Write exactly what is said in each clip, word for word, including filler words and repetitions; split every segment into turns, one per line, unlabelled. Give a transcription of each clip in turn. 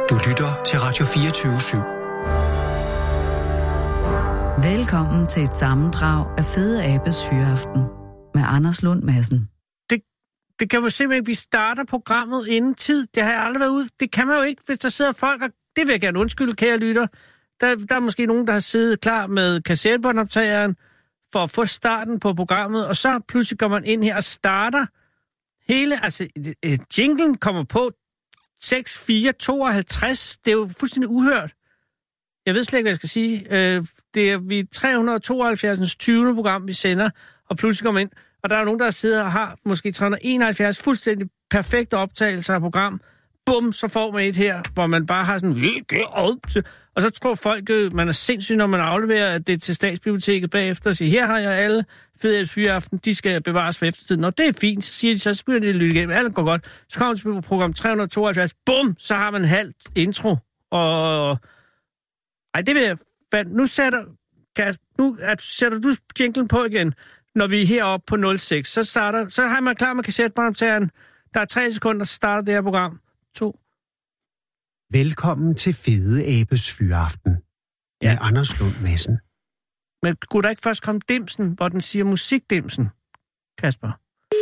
Du lytter til Radio fireogtyve syv.
Velkommen til et sammendrag af Fede Abes Fyraften med Anders Lund Madsen.
Det, det kan man simpelthen, vi starter programmet inden tid. Det har jeg aldrig været ude. Det kan man jo ikke, hvis der sidder folk, og det vil jeg gerne undskylde, kære lytter. Der, der er måske nogen, der har siddet klar med kassettebåndoptageren for at få starten på programmet, og så pludselig går man ind her og starter hele, altså jinglen kommer på seks fire tooghalvtreds. Det er jo fuldstændig uhørt. Jeg ved slet ikke, hvad jeg skal sige. Øh, det er vi tre hundrede og tooghalvfjerds. tyvende program, vi sender, og pludselig kommer ind. Og der er nogen, der sidder og har måske tre hundrede og enoghalvfjerds fuldstændig perfekte optagelser af program. Bum, så får man et her, hvor man bare har sådan... Og så tror folk, man er sindssyg, når man afleverer det til Statsbiblioteket bagefter og siger, her har jeg alle Fede Abes Fyraften, de skal bevares for eftertiden. Når det er fint, så siger de, så begynder de at lytte igennem. Alt går godt. Så kommer man til program tre hundrede og tooghalvfjerds. Bum, så har man en halv intro. Og... Ej, det vil jeg... Nu sætter, kan, nu at, sætter du jinglen på igen, når vi er heroppe på nul seks. Så starter... Så har man klar med kassettebåndoptageren. Der er tre sekunder, så starter det her program. To.
Velkommen til Fede Abes Fyraften med
Ja.
Anders Lund Madsen.
Men kunne der ikke først komme dimsen, hvor den siger musikdimsen, Kasper?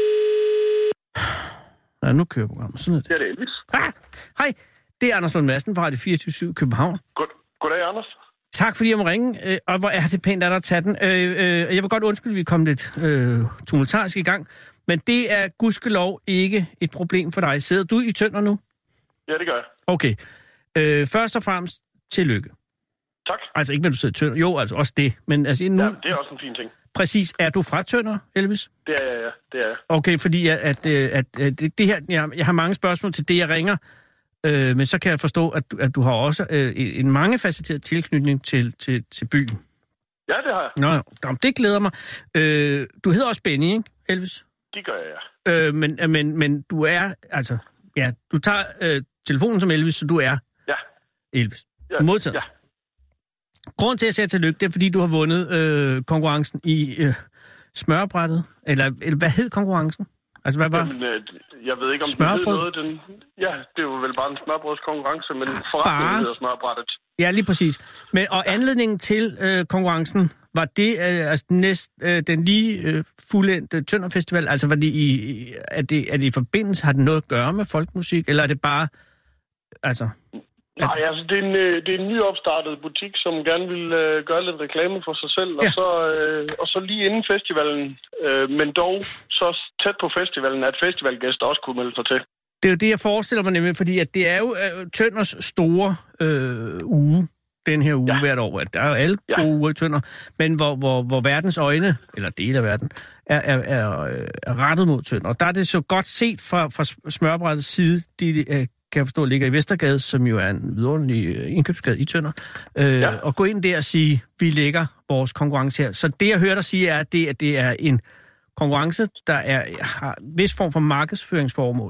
Ja, nu kører programmet. Sådan er det.
Ja, det er Elvis.
Ah, hej, det er Anders Lund Madsen fra Radio fireogtyve syv København.
God, goddag, Anders.
Tak fordi jeg må ringe, øh, og hvor er det pænt, at der tager den. Øh, øh, jeg vil godt undskylde, at vi kom lidt øh, tumultarisk i gang, men det er gudskelov ikke et problem for dig. Sidder du i Tønder nu?
Ja, det gør jeg.
Okay. Øh, først og fremmest, tillykke.
Tak.
Altså ikke, når du sidder i Tønder. Jo, altså også det. Men altså nu...
Ja, det er også en fin ting.
Præcis. Er du fra Tønder, Elvis?
Det er jeg, ja. Det er jeg.
Okay, fordi at, at, at, at det, det her... Jeg, jeg har mange spørgsmål til det, jeg ringer. Øh, men så kan jeg forstå, at, at du har også øh, en mangefacetteret tilknytning til, til, til byen.
Ja, det har jeg.
Nå, jo, det glæder mig. Øh, du hedder også Benny, ikke, Elvis?
Det gør jeg, ja.
Øh, men, men, men du er... Altså, ja, du tager øh, telefonen som Elvis, så du er...
Ja.
Elvis.
Ja.
Modtaget.
Ja.
Grunden til, at jeg siger tillykke, det er, fordi du har vundet øh, konkurrencen i øh, smørbrættet. Eller, eller hvad hed konkurrencen? Altså, hvad var...
Jamen, øh, jeg ved ikke, om
Smørbrød?
det hed noget. Den... Ja, det er jo vel bare en smørbrødskonkurrence, men forretningen
Bare?
hedder smørbrættet.
Ja, lige præcis. Men, og anledningen til øh, konkurrencen, var det øh, altså, den, næst, øh, den lige øh, fuldendte Tønder Festival? Altså, var det i, er det, er det i forbindelse, har det noget at gøre med folkmusik? Eller er det bare... Altså...
Nej, altså det er, en, øh, det er en nyopstartet butik, som gerne vil øh, gøre lidt reklame for sig selv, ja. og, så, øh, og så lige inden festivalen, øh, men dog så tæt på festivalen, at festivalgæster også kunne melde sig til.
Det er jo det, jeg forestiller mig nemlig, fordi at det er jo øh, Tønders store øh, uge, den her uge ja. hvert år. Der er jo alle ja. gode uger i Tønder, men hvor, hvor, hvor verdens øjne, eller del af verden, er, er, er, er rettet mod Tønder. Og der er det så godt set fra, fra smørbrættets side, de øh, kan jeg forstå, ligger i Vestergade, som jo er en vidunderlig indkøbsgade i Tønder, øh, ja. og gå ind der og sige, vi lægger vores konkurrence her. Så det, jeg hører dig sige, er, at det, at det er en konkurrence, der er, har en vis form for markedsføringsformål.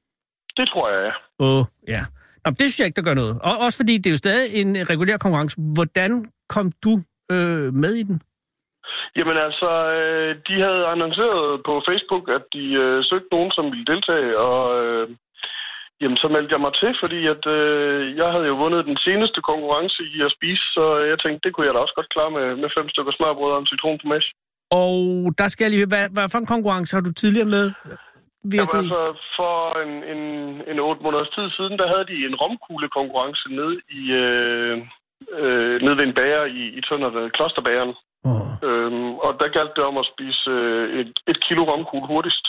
Det tror jeg, ja.
Åh, ja. Nå, det synes jeg ikke, der gør noget. Og også fordi det er jo stadig en regulær konkurrence. Hvordan kom du øh, med i den?
Jamen altså, øh, de havde annonceret på Facebook, at de øh, søgte nogen, som ville deltage, og... Øh, Jamen, så meldte jeg mig til, fordi at, øh, jeg havde jo vundet den seneste konkurrence i at spise, så jeg tænkte, det kunne jeg da også godt klare med, med fem stykker smørbrød og en citronfromage.
Og der skal jeg lige høre, hvad, hvad for en konkurrence har du tidligere med?
Jamen altså, for en, en, en otte måneders tid siden, der havde de en romkuglekonkurrence nede, i, øh, øh, nede ved en bager i, i Tønder, Klosterbageren. Oh. Øhm, og der galt det om at spise øh, et, et kilo romkugle hurtigst.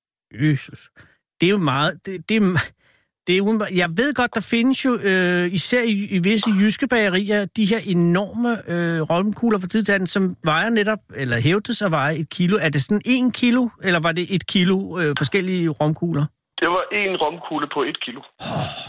Jesus. Det er jo meget... Det, det er... Det er, jeg ved godt, der findes jo, øh, især i, i visse jyske bagerier, de her enorme øh, romkugler for tid til anden, som vejer netop, eller hævdes at veje et kilo. Er det sådan en kilo, eller var det et kilo øh, forskellige romkugler?
Det var en romkugle på et kilo.
Oh.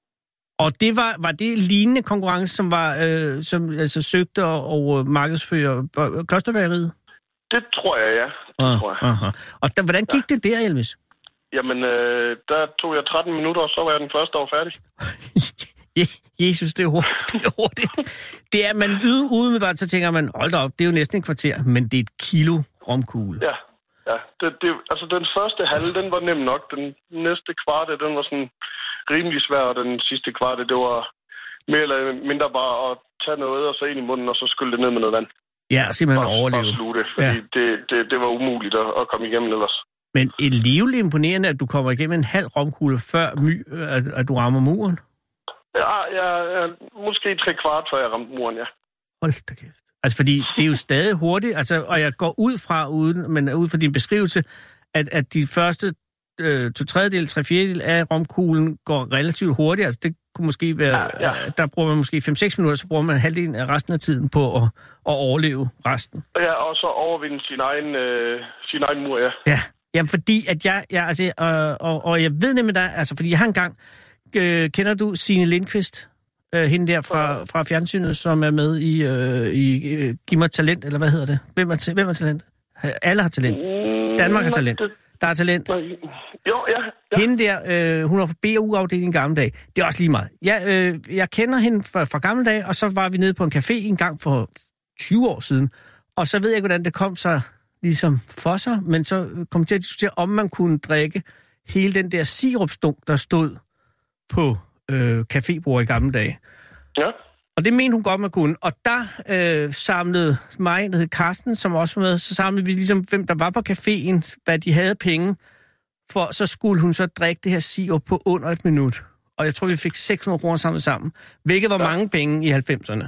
Og det var, var det lignende konkurrence, som var øh, som altså søgte at og markedsføre Klosterbageriet?
Det tror jeg, ja. Det
ah,
tror jeg.
Aha. Og der, hvordan gik ja. det der, Elvis?
Jamen, øh, der tog jeg tretten minutter, og så var jeg den første år færdig.
Jesus, det er hurtigt. Det er, hurtigt. Det er man udemiddelbart, så tænker man, hold da op, det er jo næsten et kvarter, men det er et kilo romkugle.
Ja, ja. Det, det, altså den første halve, den var nem nok. Den næste kvarte, den var sådan rimelig svært, og den sidste kvart, det var mere eller mindre bare at tage noget, og så ind i munden, og så skylle det ned med noget vand.
Ja, simpelthen
og,
overleve.
Og slutte, fordi ja. det, det, det var umuligt at, at komme igennem ellers.
Men et livligt imponerende, at du kommer igennem en halv romkugle før my, at, at du rammer muren?
Ja, ja, ja, måske tre kvart, før jeg ramte muren, ja.
Hold da kæft. Altså, fordi det er jo stadig hurtigt, altså, og jeg går ud fra, uden, men ud fra din beskrivelse, at, at de første øh, to tredjedel, tre fjerdedel af romkuglen går relativt hurtigt. Altså, det kunne måske være, ja, ja. Der bruger man måske fem seks minutter, så bruger man halvdelen af resten af tiden på at, at overleve resten.
Ja, og så overvinde sin egen, øh, sin egen mur, ja.
Ja, jamen, fordi at jeg, jeg altså, og, og, og jeg ved nemlig dig, altså, fordi jeg har engang, øh, kender du Signe Lindqvist? Øh, hende der fra, fra fjernsynet, som er med i, øh, i øh, Giv mig talent, eller hvad hedder det? Hvem er, hvem er talent? Alle har talent. Danmark har talent. Der er talent.
Jo, ja. ja.
Hende der, øh, hun var fra B U-afdelingen i gamle dage. Det er også lige meget. Jeg, øh, jeg kender hende fra, fra gamle dage, og så var vi nede på en café en gang for tyve år siden. Og så ved jeg ikke, hvordan det kom sig ligesom for sig, men så kom jeg til at diskutere, om man kunne drikke hele den der sirupstunk, der stod på øh, cafébord i gamle dage.
Ja.
Og det mente hun godt, man kunne. Og der øh, samlede mig, der hed Karsten, som også var med, så samlede vi ligesom, hvem der var på caféen, hvad de havde penge, for så skulle hun så drikke det her sirup på under et minut. Og jeg tror, vi fik seks hundrede kroner samlet sammen, hvilket var ja. mange penge i halvfemserne.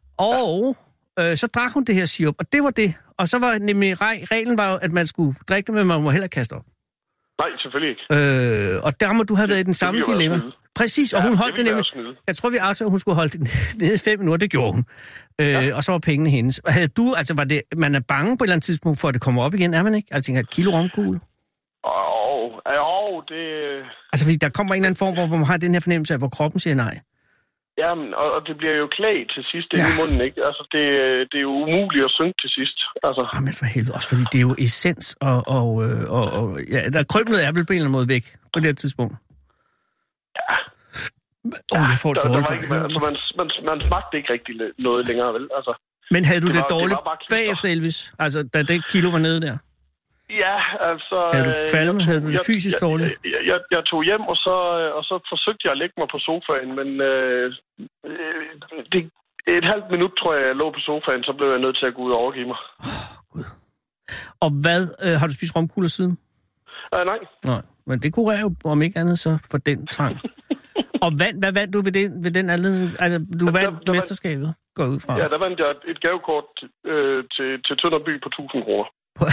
Og ja. øh, så drak hun det her sirup, og det var det. Og så var nemlig, reglen var jo, at man skulle drikke det, men man må heller kaste op.
Nej, selvfølgelig ikke.
Øh, og der må du have været i den samme dilemma. Præcis, og ja, hun holdt det, det nemlig. Jeg tror vi også, at hun skulle holde det nede i fem minutter, det gjorde hun. Øh, ja. Og så var pengene hendes. Havde du, altså var det, man er bange på et eller andet tidspunkt for, at det kommer op igen, er man ikke? Altså tænker, et kilo romkugle?
Åh, oh, oh, det...
Altså fordi der kommer en eller anden form, hvor, hvor man har den her fornemmelse af, hvor kroppen siger nej.
Jamen, og, og det bliver jo klag til sidst ja. i munden, ikke? Altså, det, det er jo umuligt at synke til sidst. Altså.
Jamen for helvede, også fordi det er jo essens, og, og, og, og ja, der krybnet er vel på en eller anden måde væk på det her tidspunkt.
Ja.
Åh, oh, jeg får det dårligt.
Altså, man, man, man smagte ikke rigtig noget længere, vel? Altså,
men havde du det, det var, dårligt
det
bagefter, Elvis? Altså, da det kilo var nede der?
Ja, altså...
Havde du faldet? Havde du det fysisk
jeg,
dårligt?
Jeg, jeg, jeg, jeg tog hjem, og så, og så forsøgte jeg at lægge mig på sofaen, men øh, det, et halvt minut, tror jeg, jeg lå på sofaen, så blev jeg nødt til at gå ud og overgive mig.
Åh, oh, Gud. Og hvad? Øh, har du spist romkugler siden?
Uh, nej.
Nej, men det kurerer jo, om ikke andet, så for den trang. Og vand, hvad vandt du ved den, ved den anledning? Altså, du vandt der, der mesterskabet, vandt, går ud fra.
Ja, der vandt jeg et gavekort øh, til, til Tønderby på tusind kroner.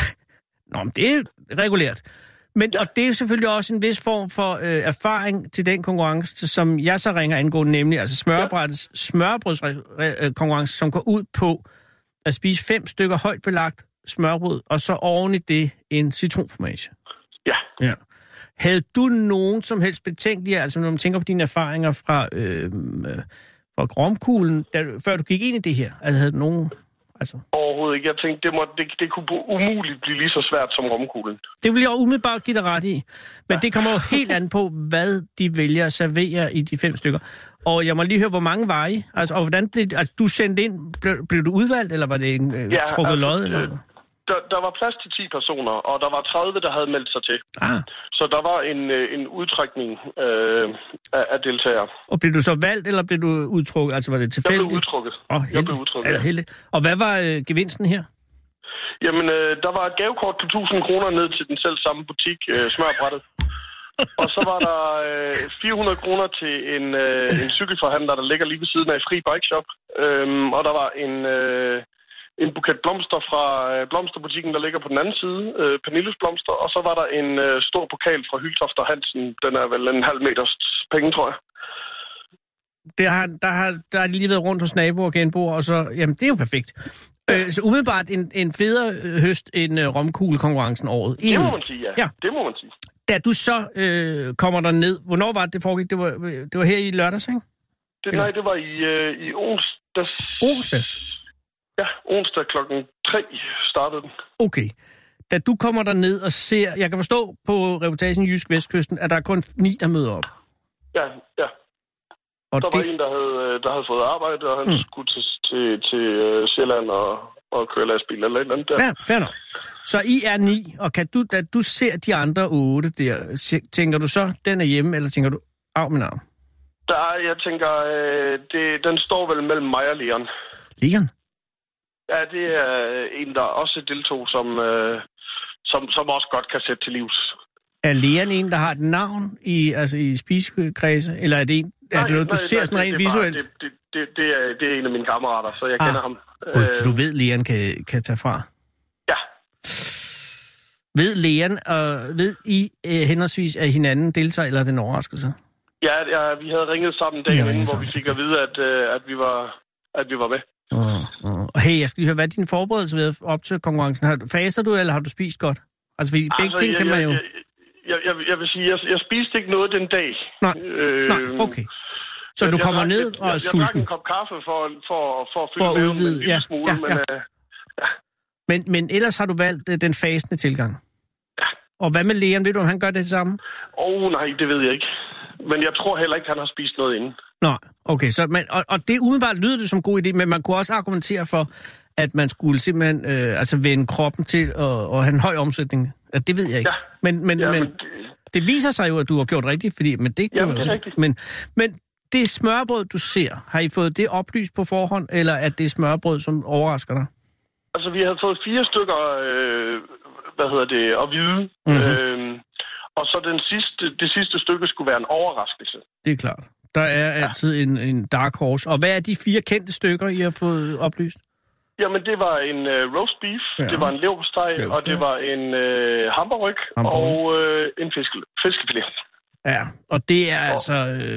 Nå, men det er regulært. Men, ja. Og det er selvfølgelig også en vis form for øh, erfaring til den konkurrence, som jeg så ringer angående, nemlig altså smørbrødets ja. smørbrødskonkurrence, som går ud på at spise fem stykker højt belagt smørbrød, og så oven i det en citronformage.
Ja.
Ja. Havde du nogen som helst betænkeligheder, altså når man tænker på dine erfaringer fra, øh, øh, fra romkuglen, før du gik ind i det her? Altså havde du nogen... Altså.
Overhovedet ikke. Jeg tænkte, det, må, det, det kunne umuligt blive lige så svært som romkuglen.
Det vil jeg umiddelbart give dig ret i. Men ja. Det kommer jo helt an på, hvad de vælger at servere i de fem stykker. Og jeg må lige høre, hvor mange var I? Altså, og hvordan blev altså, du sendt ind? Blev, blev du udvalgt, eller var det en øh, ja, trukket altså, lod? Eller?
Der, der var plads til ti personer, og der var tredive, der havde meldt sig til.
Ah.
Så der var en, en udtrækning øh, af, af deltagere.
Og blev du så valgt, eller blev du udtrukket? Altså var det tilfældigt?
Jeg blev udtrukket.
Oh,
jeg blev udtrukket,
ja. Og hvad var øh, gevinsten her?
Jamen, øh, der var et gavekort på tusind kroner ned til den selv samme butik, øh, Smørbrættet. Og så var der øh, fire hundrede kroner til en, øh, en cykelforhandler, der ligger lige ved siden af Fri Bike Shop. Øhm, og der var en... Øh, en buket blomster fra øh, blomsterbutikken, der ligger på den anden side, øh, Pernilles blomster, og så var der en øh, stor pokal fra Hyltoft og Hansen. Den er vel en halv meters penge, tror jeg.
Det har, der, har, der har lige været rundt hos naboer og genboer, og så, jamen det er jo perfekt. Ja. Øh, så umiddelbart en, en federe høst end øh, romkuglekonkurrencen året. En.
Det må man sige, ja. ja. Det må man sige.
Da du så øh, kommer der ned, hvornår var det, det foregik? Det var, det var her i lørdags, ikke?
Det, nej, det var i, øh, i onsdags.
Onsdags?
Ja, onsdag klokken tre startede den.
Okay. Da du kommer der ned og ser... Jeg kan forstå på reportagen i Jysk Vestkysten, at der er kun ni, der møder op.
Ja, ja.
Og
der
det...
var en, der havde, der havde fået arbejde, og han mm. skulle til, til, til Sjælland og, og køre lastbil eller et eller andet der.
Ja, fair nok. Så I er ni, og kan du, da du ser de andre otte der, tænker du så, den er hjemme, eller tænker du, Af min arm.
Der er, jeg tænker, øh, det, den står vel mellem mig og Leon.
Leon?
Ja, det er en, der også deltog, som, øh, som, som også godt kan sætte til livs.
Er Leon en, der har et navn i, altså i spisekredse, eller er det en, er det noget, du nej, ser nej, sådan rent visuelt?
Bare, det, det, det, det, er, det er en af mine kammerater, så jeg ah, kender ham.
Øh, så du ved, Leon kan, kan tage fra?
Ja.
Ved Leon og ved I øh, henholdsvis af hinanden deltager, eller er det en overraskelse?
Ja, ja, vi havde ringet sammen dagen inden, hvor vi fik at vide, at, øh, at, vi, var, at vi var med.
Oh, oh. Og hey, jeg skal lige høre, hvad er din forberedelse ved op til konkurrencen? Har, faster du, eller har du spist godt? Altså, fordi begge altså, ting jeg, kan man jo...
Jeg, jeg, jeg, jeg vil sige, jeg, jeg spiste ikke noget den dag.
Nej, øh, Nej okay. Så jeg, du kommer jeg, ned jeg, og er sulten? Jeg drak en kop kaffe for, for, for at fylde maven en lille
ja, smule,
ja, ja. men... Øh, ja. Men, men ellers har du valgt øh, den fastende tilgang?
Ja. Og
hvad med Leon? Ved du, om han gør det samme?
Åh, oh, nej, det ved jeg ikke. Men jeg tror heller ikke, han har spist noget inden.
Nå, okay. Så, men, og, og det umiddelbart lyder det som en god idé, men man kunne også argumentere for, at man skulle simpelthen øh, altså vende kroppen til og, og have en høj omsætning. Ja, det ved jeg ikke.
Ja.
Men, men,
ja,
men
men det...
det viser sig jo, at du har gjort rigtigt, fordi men det,
Jamen,
det
er
er
rigtigt.
Men, men det smørbrød, du ser, har I fået det oplyst på forhånd, eller er det smørbrød, som overrasker dig?
Altså, vi havde fået fire stykker, øh, hvad hedder det, at vide. Mm-hmm. Øh, og så den sidste, det sidste stykke skulle være en overraskelse.
Det er klart. Der er ja. altid en, en dark horse. Og hvad er de fire kendte stykker, I har fået oplyst? Jamen, det var en uh, roast beef, ja. det var en leverpostej, og det var en uh, hamburgerryg og uh, en fiske, fiskefilet. Ja, og det er og... altså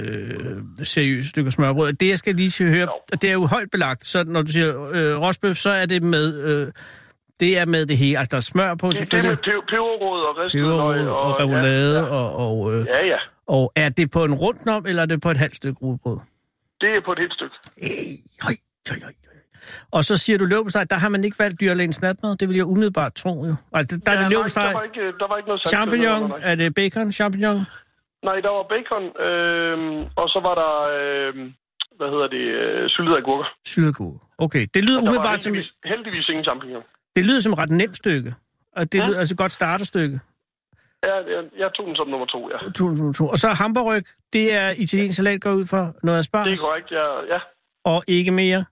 øh, seriøse stykker smørbrød. Det, jeg skal lige høre, og det er jo højt belagt, så når du siger øh, rostbøf, så er det med... Øh, Det er med det hele. Altså, der er smør på,
det,
selvfølgelig.
Det er med peberrod og ristet løg.
Og, og remoulade.
Ja, ja.
Og, og, øh,
ja, ja.
Og er det på en rund knop, eller er det på et halvt stykke rugbrød?
Det er på et helt stykke.
Ej, høj, høj, høj. Og så siger du leverpostej, der har man ikke valgt dyrlægens natmad. Det vil jeg umiddelbart tro, jo. Altså, der ja, er det leverpostej.
Der var ikke, der var ikke noget salt.
Champignon, er det bacon, champignon?
Nej, der var bacon, øh, og så var der, øh, hvad hedder det, øh, syltede agurker.
Syltede agurker. Okay, det lyder umiddelbart
heldigvis,
som...
heldigvis ingen champignon.
Det lyder som et ret nemt stykke, og det ja. lyder altså et godt starterstykke.
Ja, jeg, jeg tog den som nummer to, ja.
To, nummer to. Og så hamburgerryg, det er italiensk salat, går ud for noget asparges.
Det er korrekt, ja. ja.
Og ikke mere?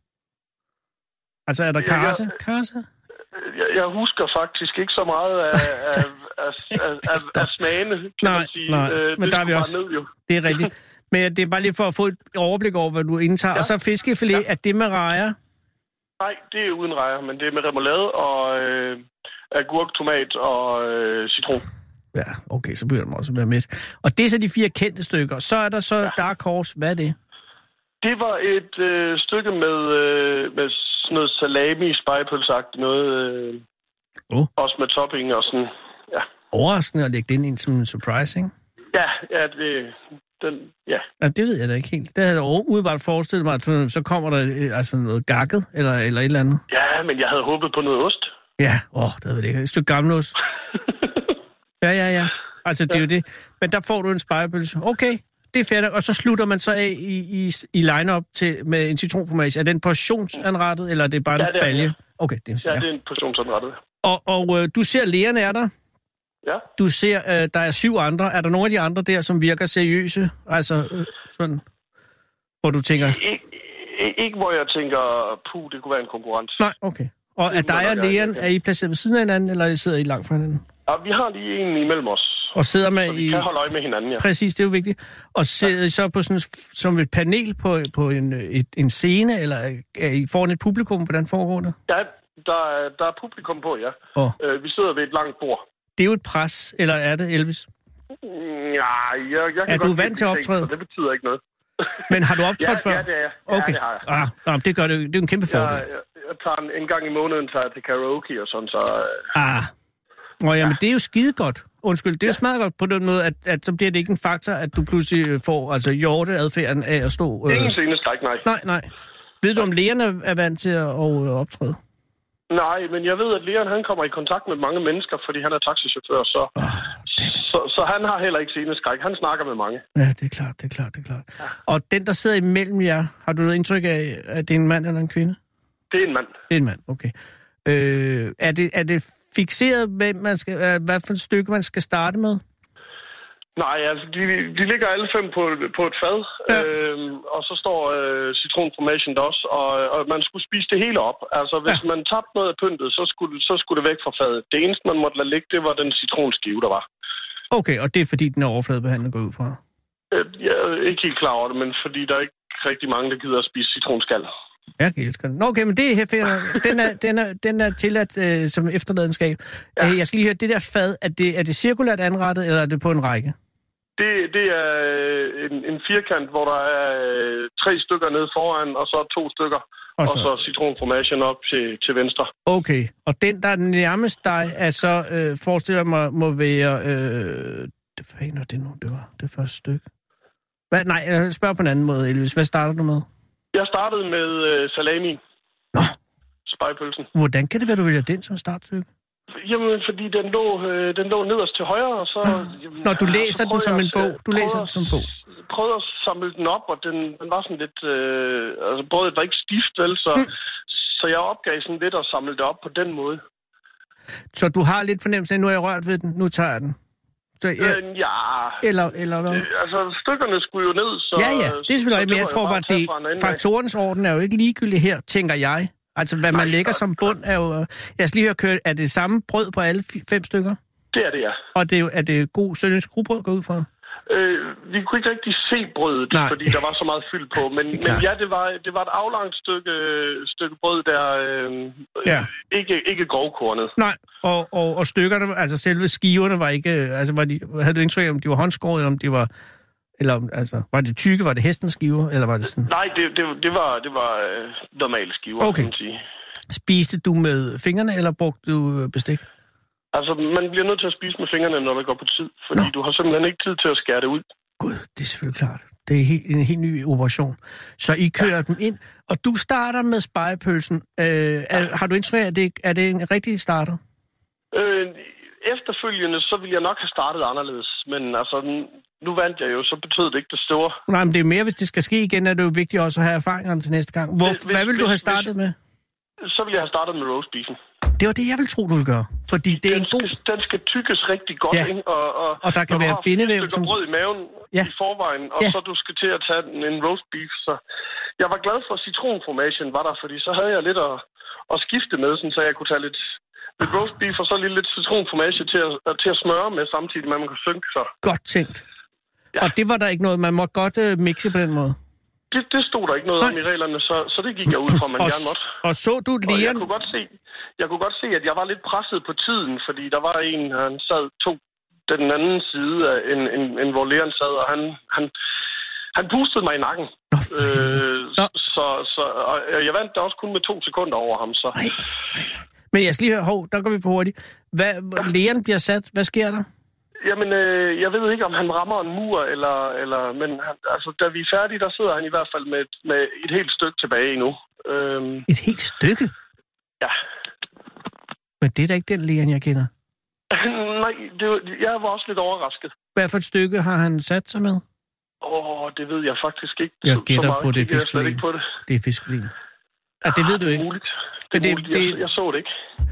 Altså er der karse?
Jeg,
karse?
Jeg, jeg husker faktisk ikke så meget af, af, af, af, af, af smagene, kan
nej,
man sige.
Nej,
øh,
men der er vi også.
Ned, jo.
Det er rigtigt. Men det er bare lige for at få et overblik over, hvad du indtager. Ja. Og så fiskefilet, ja. Er det med rejer?
Nej, det er uden rejer, men det er med remoulade og øh, agurk, tomat og øh, citron.
Ja, okay, så bliver man også være med. Og det er så de fire kendte stykker. Så er der så ja. Dark Horse. Hvad er det?
Det var et øh, stykke med, øh, med sådan noget salami, spejepølsagtigt noget. Øh, oh. Også med topping og sådan, ja.
Overraskende at lægge det ind i som en surprise, ikke?
Ja, ja, det... Den, ja.
ja, det ved jeg da ikke helt. Det havde jeg umiddelbart forestillet mig, at så kommer der altså noget gakket, eller, eller et eller andet.
Ja, men jeg havde håbet på noget ost.
Ja, åh, det havde jeg ikke. Et stykke gammelost. ja, ja, ja. Altså, det er ja. jo det. Men der får du en spejepølse. Okay, det er fedt. Og så slutter man så af i, i, i line-up til, med en citronformage. Er det en portionsanrettet, eller er det bare
ja,
en
det er,
balje?
Ja.
Okay, det er,
ja, det er en portionsanrettet.
Og, og øh, du ser, lægerne er der.
Ja.
Du ser, øh, der er syv andre. Er der nogle af de andre der, som virker seriøse? Altså, øh, sådan, hvor du tænker...
Ik- ikke hvor jeg tænker, puh, det kunne være en konkurrent.
Nej, okay. Og er dig og Leon, er I placeret ved siden af hinanden, eller sidder I langt fra hinanden?
Ja, vi har lige en imellem os.
Og sidder man
så vi
i...
kan holde øje med hinanden, ja.
Præcis, det er jo vigtigt. Og sidder ja. I så på sådan, som et panel på, på en, et, en scene, eller er I foran et publikum? Hvordan foregår det?
Ja, der er, der er publikum på, ja.
Oh.
Øh, vi sidder ved et langt bord.
Det er jo et pres, eller er det, Elvis?
Ja, jeg, jeg kan
er
godt
du vant til at optræde?
Så det betyder ikke noget.
Men har du optrådt
ja,
før?
Ja, det er jeg. Ja,
okay.
det har jeg.
Ah, ah, det gør det. Det er en kæmpe fordel.
Jeg, jeg, jeg tager en, en gang i måneden tager jeg til karaoke og sådan, så...
Ah. Nå, jamen, ja. Det er jo skide godt. Undskyld, det er jo ja. smadret godt på den måde, at, at så bliver det ikke en faktor, at du pludselig får altså hjorteadfærden af at stå...
Øh... Ingen sceneskræk, nej.
Nej, nej. Ved du, om Leon er vant til at, at optræde?
Nej, men jeg ved, at Leon han kommer i kontakt med mange mennesker, fordi han er taxichauffør, så, oh, så, så han har heller ikke sceneskræk. Han snakker med mange.
Ja, det er klart, det er klart, det er klart. Ja. Og den, der sidder imellem jer, har du noget indtryk af, at det er en mand eller en kvinde?
Det er en mand.
Det er en mand, okay. Øh, er, det, er det fixeret, hvem man skal, hvad for et stykke man skal starte med?
Nej, altså, de, de ligger alle fem på, på et fad, ja. øhm, og så står øh, citronformation der også, og, og man skulle spise det hele op. Altså, hvis ja. man tabte noget af pyntet, så skulle, så skulle det væk fra fadet. Det eneste, man måtte lade ligge, det var den citronskive, der var.
Okay, og det er fordi, den er overfladebehandlet går ud fra?
Øh, jeg er ikke helt klar over det, men fordi der er ikke rigtig mange, der gider at spise citronskal.
Jeg elsker den. Okay, men det er her finder, den, er, den, er, den er tilladt øh, som efterladenskab. Ja. Jeg skal lige høre, det der fad, er det, er det cirkulært anrettet, eller er det på en række?
Det, det er en, en firkant, hvor der er tre stykker nede foran, og så to stykker, og så, og så citronformation op til, til venstre. Okay,
og den, der er nærmest dig, er så, øh, forestiller mig, må være... Øh, det fanden, det nu, det var det første stykke. Hvad, nej, jeg spørger på en anden måde, Elvis. Hvad starter du med?
Jeg startede med øh, salami.
Nå.
Spegepølsen.
Hvordan kan det være, du vælger den som startstykke?
Jamen, fordi den lå, øh, den lå nederst til højre, og så... Jamen,
Når du læser den som en bog? Du læser den som en bog?
Jeg prøvede at samle den op, og den, den var sådan lidt... Øh, altså, brødet var ikke stift, vel? Så, mm. så jeg opgav sådan lidt at samle det op på den måde.
Så du har lidt fornemmelse af, nu har jeg rørt ved den, nu tager jeg den? Så, ja. Øh,
ja.
Eller, eller hvad?
Øh, altså, stykkerne skulle jo ned, så...
Ja, ja, det er selvfølgelig ikke, men jeg tror bare, at det, faktorens orden er jo ikke ligegyldig her, tænker jeg. Altså, hvad man Nej, lægger som bund er jo... Jeg skal lige høre, køre, er det samme brød på alle fem stykker?
Det er det, ja.
Og det er, er det god sønderjysk rugbrød, går ud fra?
Øh, vi kunne ikke rigtig se brødet, Nej. fordi der var så meget fyld på. Men, men ja, det var, det var et aflangt stykke, stykke brød, der øh, ja. ikke, ikke grovkornet.
Nej, og, og, og stykkerne, altså selve skiverne var ikke... Altså, var de, havde du indtryk om de var håndskåret, eller om de var... Eller altså, var det tykke, var det hestens skiver, eller var det sådan?
Nej, det, det, det var, det var øh, normale skiver,
okay.
kan man sige.
Spiste du med fingrene, eller brugte du bestik?
Altså, man bliver nødt til at spise med fingrene, når det går på tid, fordi Nå. du har simpelthen ikke tid til at skære det ud.
Gud, det er selvfølgelig klart. Det er helt, en helt ny operation. Så I kører ja. dem ind, og du starter med spegepølsen. Øh, er, ja. Har du indtryk af, at det er det en rigtig starter?
Øh, efterfølgende, så ville jeg nok have startet anderledes, men altså... Nu vandt jeg jo, så betød det ikke det store.
Nej, men det er mere, hvis det skal ske igen, er det jo vigtigt også at have erfaringerne til næste gang. Hvor, hvis, hvad vil hvis, du have startet
hvis,
med?
Så vil jeg have startet med roastbeefen.
Det var det, jeg ville tro, du ville gøre. Fordi det er
den
en god...
Skal, den skal tykkes rigtig godt,
ja.
ikke? Og, og,
og der kan være bindevæv,
som... brød i maven ja. i forvejen, og ja. så du skal til at tage en roastbeef. Så jeg var glad for, at citronformation var der, fordi så havde jeg lidt at, at skifte med, sådan, så jeg kunne tage lidt... lidt roastbeef og så lige lidt citronformation til at, til at smøre med, samtidig med, at man kan synke sig.
Godt tænkt. Ja. Og det var der ikke noget, man måtte godt uh, mixe på den måde?
Det, det stod der ikke noget Nej. om i reglerne, så, så det gik jeg ud fra, man
og,
gerne måtte.
Og så du lige...
Jeg kunne, godt se, jeg kunne godt se, at jeg var lidt presset på tiden, fordi der var en, han sad to den anden side af en, en, en hvor Leon sad, og han, han, han pustede mig i nakken.
Nå,
øh, så, så og jeg vandt da også kun med to sekunder over ham, så...
Nej. Men jeg skal lige høre, hov, der går vi for hurtigt. Hvad, ja. Leon bliver sat, hvad sker der?
Jamen, øh, jeg ved ikke, om han rammer en mur, eller... eller men han, altså, da vi er færdige, der sidder han i hvert fald med, med et helt stykke tilbage endnu. Øhm,
et helt stykke?
Ja.
Men det er da ikke den Leon, jeg kender.
Nej, det, jeg var også lidt overrasket.
Hvad for et stykke har han sat sig med?
Åh, oh, det ved jeg faktisk ikke.
Jeg
så,
gætter
så
på, det er fiskelin.
Det.
det er fiskelin. Ah, det ved du ikke.
Muligt. Det er det, muligt. Jeg, det... jeg så det ikke.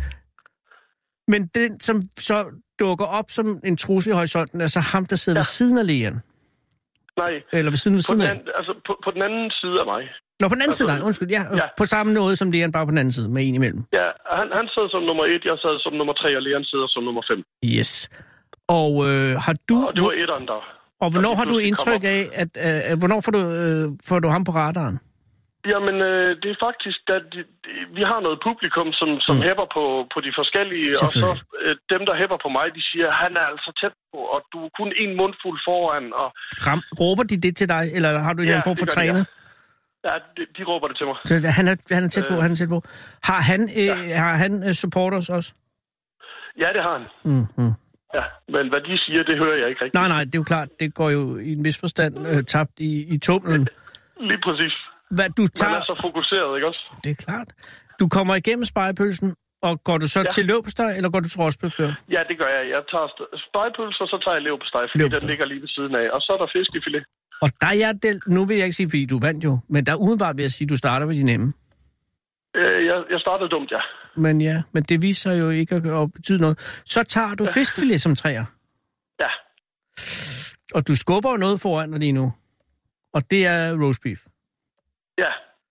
Men den, som så dukker op som en trussel i horisonten, er så ham, der sidder ja. ved siden af Leon?
Nej.
Eller ved siden, ved siden
på
af?
Den, altså, på, på den anden side af mig.
Nå, på den anden altså, side, nej, undskyld. Ja, ja. På samme måde som Leon, bare på den anden side, med en imellem.
Ja, han, han sidder som nummer et, jeg sad som nummer tre, og Leon sidder som nummer fem.
Yes. Og øh, har du...
Og det var etteren, der...
Og hvornår har du indtryk af, at... Øh, hvornår får du, øh, får du ham på radaren?
Jamen, øh, det er faktisk, at de, de, vi har noget publikum, som, som mm. hæpper på, på de forskellige, og så øh, dem, der hæpper på mig, de siger, han er altså tæt på, og du er kun en mundfuld foran. Og...
Ram, råber de det til dig, eller har du en ja, form for træner?
Ja, ja de, de råber det til mig.
Så han er, han er tæt på, øh, han er tæt på. Har han, øh, ja. har han uh, supporters også?
Ja, det har han.
Mm-hmm.
Ja, men hvad de siger, det hører jeg ikke rigtigt.
Nej, nej, det er jo klart, det går jo i en vis forstand øh, tabt i, i tunnelen.
Lige præcis.
Hvad, du tager...
Man er så fokuseret, ikke også?
Det er klart. Du kommer igennem spegepølsen, og går du så ja. til leverpostej, eller går du til rostbøfstør?
Ja, det gør jeg. Jeg tager spegepølse, og så tager jeg leverpostej, fordi leverpostej. Den ligger lige ved siden af. Og så er der fiskefilet. Og der er jeg del... Nu vil jeg ikke sige, fordi du vandt jo, men der er umiddelbart ved at sige, at du starter med de nemme. Øh, jeg, jeg startede dumt, ja.
Men ja, men det viser jo ikke at, at betyde noget. Så tager du ja. fiskfilet som træer.
Ja.
Og du skubber jo noget foran dig lige nu. Og det er roast beef.
Ja.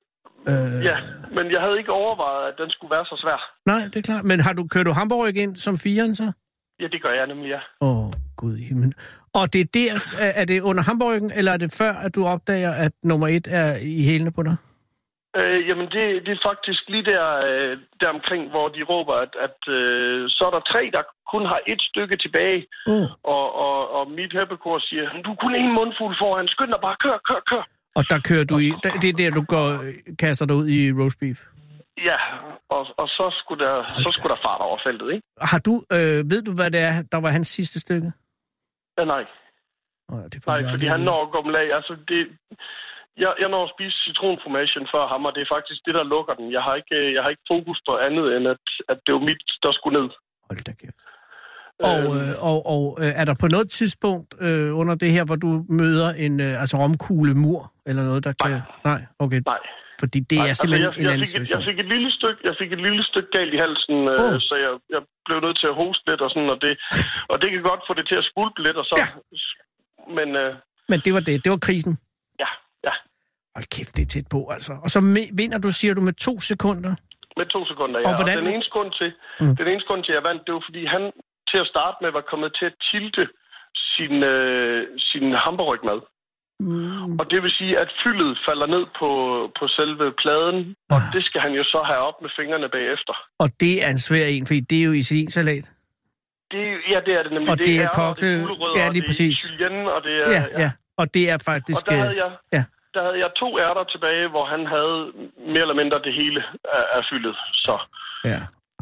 Øh...
Ja, men jeg havde ikke overvejet, at den skulle være så svær.
Nej, det er klart. Men har du kørt du hamburg ind som firen så?
Ja, det gør jeg nemlig, ja.
Åh, oh, gud i himlen. Og det er der, er det under hamburgen, eller er det før, at du opdager, at nummer et er i hælene på dig?
Øh, jamen, det, det er faktisk lige der, øh, der omkring, hvor de råber, at, at øh, så er der tre, der kun har et stykke tilbage.
Uh.
Og, og, og mit heppekor siger, du er kun en mundfuld foran, skynd dig bare, kør, kør, kør.
Og der kører du i, det er der, du går, kaster dig ud i roast beef?
Ja, og, og så, skulle der, så skulle der fart over feltet, ikke?
Har du, øh, ved du, hvad det er, der var hans sidste stykke?
Ja, nej.
Oh, det
nej, fordi han når at gå med lag. Altså, det, jeg, jeg når at spise citronformation før ham, og det er faktisk det, der lukker den. Jeg har ikke, jeg har ikke fokus på andet, end at, at det var mit, der skulle ned.
Hold da kæft. Og, øh, og, og øh, er der på noget tidspunkt øh, under det her, hvor du møder en øh, altså romkugle mur, eller noget, der kan...
Nej.
Nej, okay.
Nej.
Fordi det
Nej,
er simpelthen
altså, jeg,
en
jeg
anden
fik,
situation.
Jeg fik et lille stykke, jeg fik et lille stykke galt i halsen,
oh.
øh, så jeg, jeg blev nødt til at hoste lidt og sådan, og det, og det kan godt få det til at skulpe lidt, og så...
Ja.
Men, øh,
Men det var det, det var krisen?
Ja, ja.
Hold kæft, det er tæt på, altså. Og så me- vinder du, siger du, med to sekunder?
Med to sekunder, ja.
Og, hvordan...
og den eneste grund til, mm. den eneste grund til, at jeg vandt, det var, fordi han til at starte med var kommet til at tilte sin, øh, sin hamburgermad. Mm. Og det vil sige, at fyldet falder ned på, på selve pladen, og ah. det skal han jo så have op med fingrene bagefter. Og
det er en svær en, fordi det er jo isolinsalat.
Det, ja, det er det nemlig.
Og det, det er kogte...
Ja,
lige præcis.
Og det er julienne, og det er...
Ja, ja, ja. Og det er faktisk...
Og der havde jeg,
ja.
der havde jeg to ærter tilbage, hvor han havde mere eller mindre det hele af, af fyldet, så...
Ja.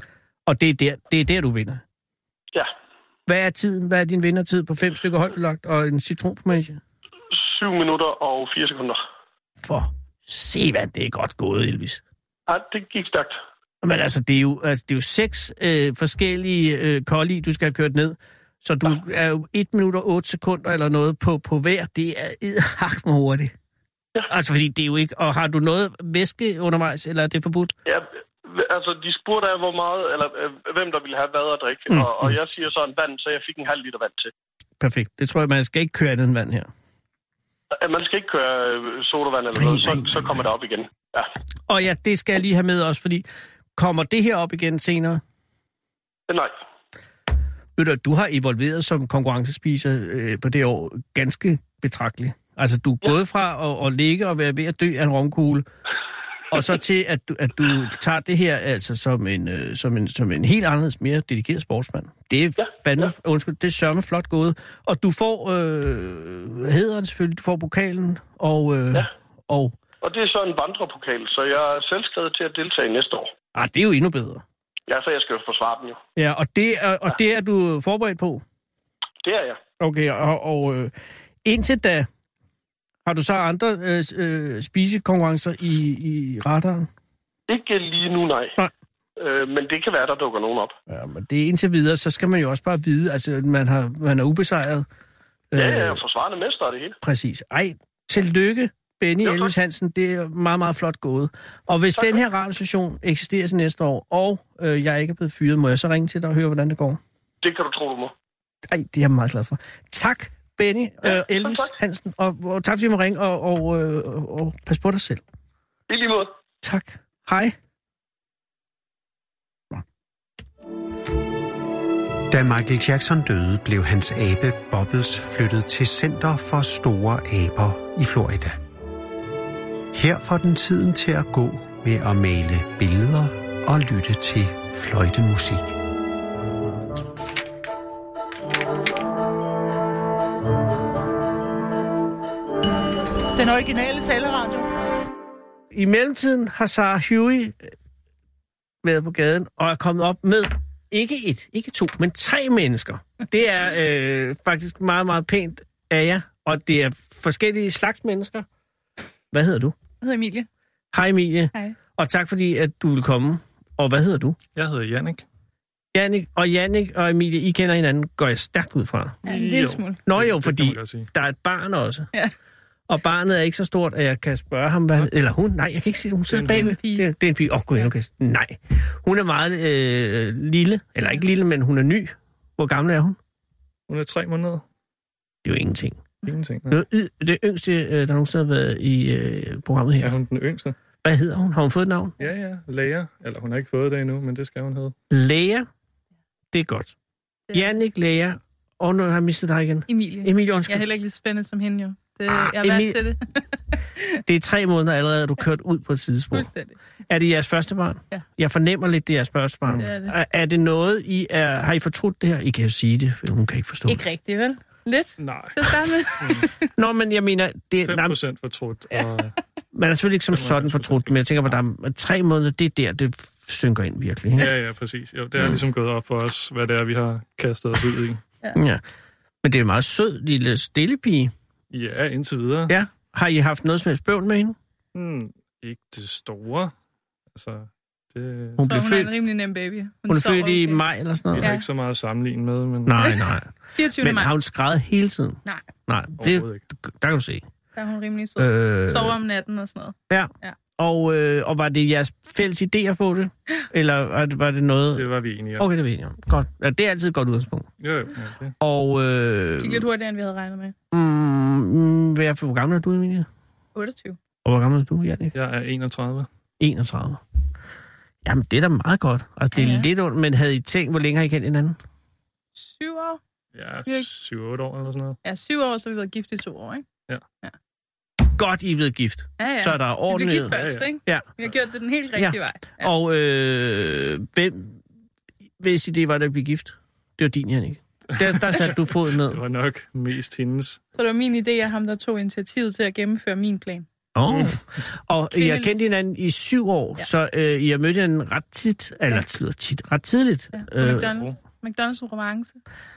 Og det er der, det er der du vinder?
Ja.
Hvad er tiden? Hvad er din vindertid på fem stykker højtbelagt og en citronformage?
Syv minutter og fire sekunder.
For se hvad, det er godt gået, Elvis.
Ja, det gik stærkt.
Men altså, det er jo, altså, det er jo seks øh, forskellige øh, kolli, du skal have kørt ned. Så du ja. er jo et minut og otte sekunder eller noget på, på hver. Det er edderhak med hurtigt. Ja. Altså, fordi det er jo ikke... Og har du noget væske undervejs, eller er det forbudt?
Ja, altså, de spurgte af, hvor meget, eller øh, hvem der ville have hvad at drikke. Mm. Og, og jeg siger så en vand, så jeg fik en halv liter vand til. Perfekt.
Det tror jeg, man skal ikke køre andet end vand her.
Man skal ikke køre sodavand eller noget, så, så kommer det op igen. Ja.
Og ja, det skal jeg lige have med også, fordi kommer det her op igen senere?
Nej.
Ved du, du har evolveret som konkurrencespiser øh, på det år ganske betragteligt. Altså, du er ja. gået fra at, at ligge og være ved at dø af en romkugle, og så til, at du, at du tager det her altså som en, øh, som en, som en helt anderledes, mere dedikeret sportsmand. Det er ja. fandme, ja. undskyld, det er sørme flot gået. Og du får øh, hæderen selvfølgelig, du får pokalen, og... Øh,
ja.
og
Og det er så en vandrepokal, så jeg er selvskrevet til at deltage næste år.
Ah, det er jo endnu bedre.
Ja, for jeg skal jo forsvare den jo.
Ja, og det er, og ja. det er du forberedt på?
Det er jeg.
Okay, og, og øh, indtil da, har du så andre øh, øh, spisekonkurrencer i, i radaren?
Ikke lige nu, nej.
nej.
Øh, men det kan være, der dukker nogen op.
Ja, men det er indtil videre, så skal man jo også bare vide, altså man, har, man er ubesejret.
Ja, ja, øh, forsvarende mester det hele.
Præcis. Ej, tillykke. Benny jo, Elvis Hansen, det er meget, meget flot gået. Og hvis tak, den her radiostation eksisterer til næste år, og øh, jeg ikke er blevet fyret, må jeg så ringe til dig og høre, hvordan det går?
Det kan du tro, du må.
Ej, det er jeg meget glad for. Tak, Benny ja, øh, Elvis tak. Hansen, og, og tak fordi du må ringe, og, og, øh, og pas på dig selv.
I lige måde.
Tak. Hej.
Da Michael Jackson døde, blev hans abe Bubbles flyttet til Center for Store Aber i Florida. Her får den tiden til at gå med at male billeder og lytte til fløjtemusik.
Den originale taleradio.
I mellemtiden har Sarah Huey været på gaden og er kommet op med ikke et, ikke to, men tre mennesker. Det er øh, faktisk meget, meget pænt af jer, og det er forskellige slags mennesker. Hvad hedder du?
Jeg hedder Emilie.
Hej Emilie.
Hej.
Og tak fordi, at du vil komme. Og hvad hedder du?
Jeg hedder Jannik.
Jannik og Jannik og Emilie, I kender hinanden, går jeg stærkt ud fra.
Ja, en lille smule.
Nå jo, fordi der er et barn også.
Ja.
Og barnet er ikke så stort, at jeg kan spørge ham, hvad... Eller hun, nej, jeg kan ikke sige det, hun sidder bagved. Det, er, det er en pige. Åh, oh, gud, okay. Nej. Hun er meget øh, lille, eller ikke lille, men hun er ny. Hvor gammel er hun?
Hun er tre måneder.
Det er jo ingenting.
Ingenting.
Det er det yngste, øh, der nogensinde har været i øh, programmet her.
Er hun den yngste?
Hvad hedder hun? Har hun fået et navn?
Ja, ja. Lea. Eller hun har ikke fået det endnu, men det skal hun hedde.
Lea. Det er godt. Jannik, Lea. Og nu har jeg mistet dig igen.
Emilie.
Emilie, undskyld.
Jeg er heller ikke lige spændende som hende, jo. Det,
Ah,
jeg er vant
Emil-
til det.
Det er tre måneder allerede, at du kørt ud på et sidespor.
Fuldstændig.
Er det jeres første barn?
Ja.
Jeg fornemmer lidt, det er jeres første barn.
Det er det.
Er, er det noget, I er... Har I fortrudt det her? I kan jo sige det, for hun kan ikke forstå
Ikke rigtigt, vel? Lidt?
Nej.
Til at starte med.
det. Nå, men jeg mener... Det,
fem
nej,
procent fortrudt. Og
man er selvfølgelig ikke som sådan fortrudt, men jeg tænker på, at der er tre måneder, det er der, det synker ind virkelig. Ikke?
ja, ja, præcis. Jo, det er ligesom gået op for os, hvad det er, vi har kastet os ud i.
Ja. Men det er en meget sød lille stille pige.
Ja, indtil videre.
Ja. Har I haft noget som helst bøvl med hende?
Hmm, ikke det store. Altså, det...
Hun
Så
blev
hun er en
født,
rimelig nem baby. Hun,
hun er
sover
født i
okay.
maj eller sådan
Jeg
noget?
har
Ja.
ikke så meget at sammenligne med, men...
Nej, nej.
fireogtyvende
Men
maj.
har hun skrevet hele tiden?
Nej,
Nej,
Overhovedet
det,
ikke.
der kan du se.
der er hun rimelig sød.
Øh,
Sover om natten og sådan noget.
Ja.
Ja.
Og, øh, og var det jeres fælles idé at få det? Eller var det, var det noget...
Det var vi enige om.
Okay, det ved jeg. Godt. Ja, det er altid et godt udgangspunkt.
Jo, jo. Ja, det.
Og... Øh,
Gik lidt hurtigere, end vi havde regnet med.
mm, hvad er for, hvor gammel er du, Emilie?
otteogtyve.
Og hvor gammel er du, Jannik?
Jeg er enogtredive.
enogtredive. Jamen, det er da meget godt. Altså, det er
Ja.
lidt ondt, men havde I tænkt, hvor længe har I kendt hinanden?
Syv år?
Jeg
Vi er
er
ikke-
syv otte år eller sådan noget.
Ja, syv år, så har vi været gift i to år, ikke?
Godt, I er blevet gift.
Ja, ja.
Så er der
Vi
orden
blev
i
gift
det.
først,
Ja, ja.
ikke?
Ja.
Vi har gjort det den helt rigtige vej. Ja.
Og øh, hvem, hvis idé var det at blive gift? Det var din, Jannik. Der, der satte du foden ned.
Det var nok mest hendes.
Så det var min idé, at ham, der tog initiativet til at gennemføre min plan.
Oh. Og I har
Kvindeligt.
kendt hinanden i syv år,
Ja.
så øh, I har mødt hinanden ret tit, eller ja. tit, ret tidligt.
Ja, på
Øh,
McDonald's. McDonald's romance.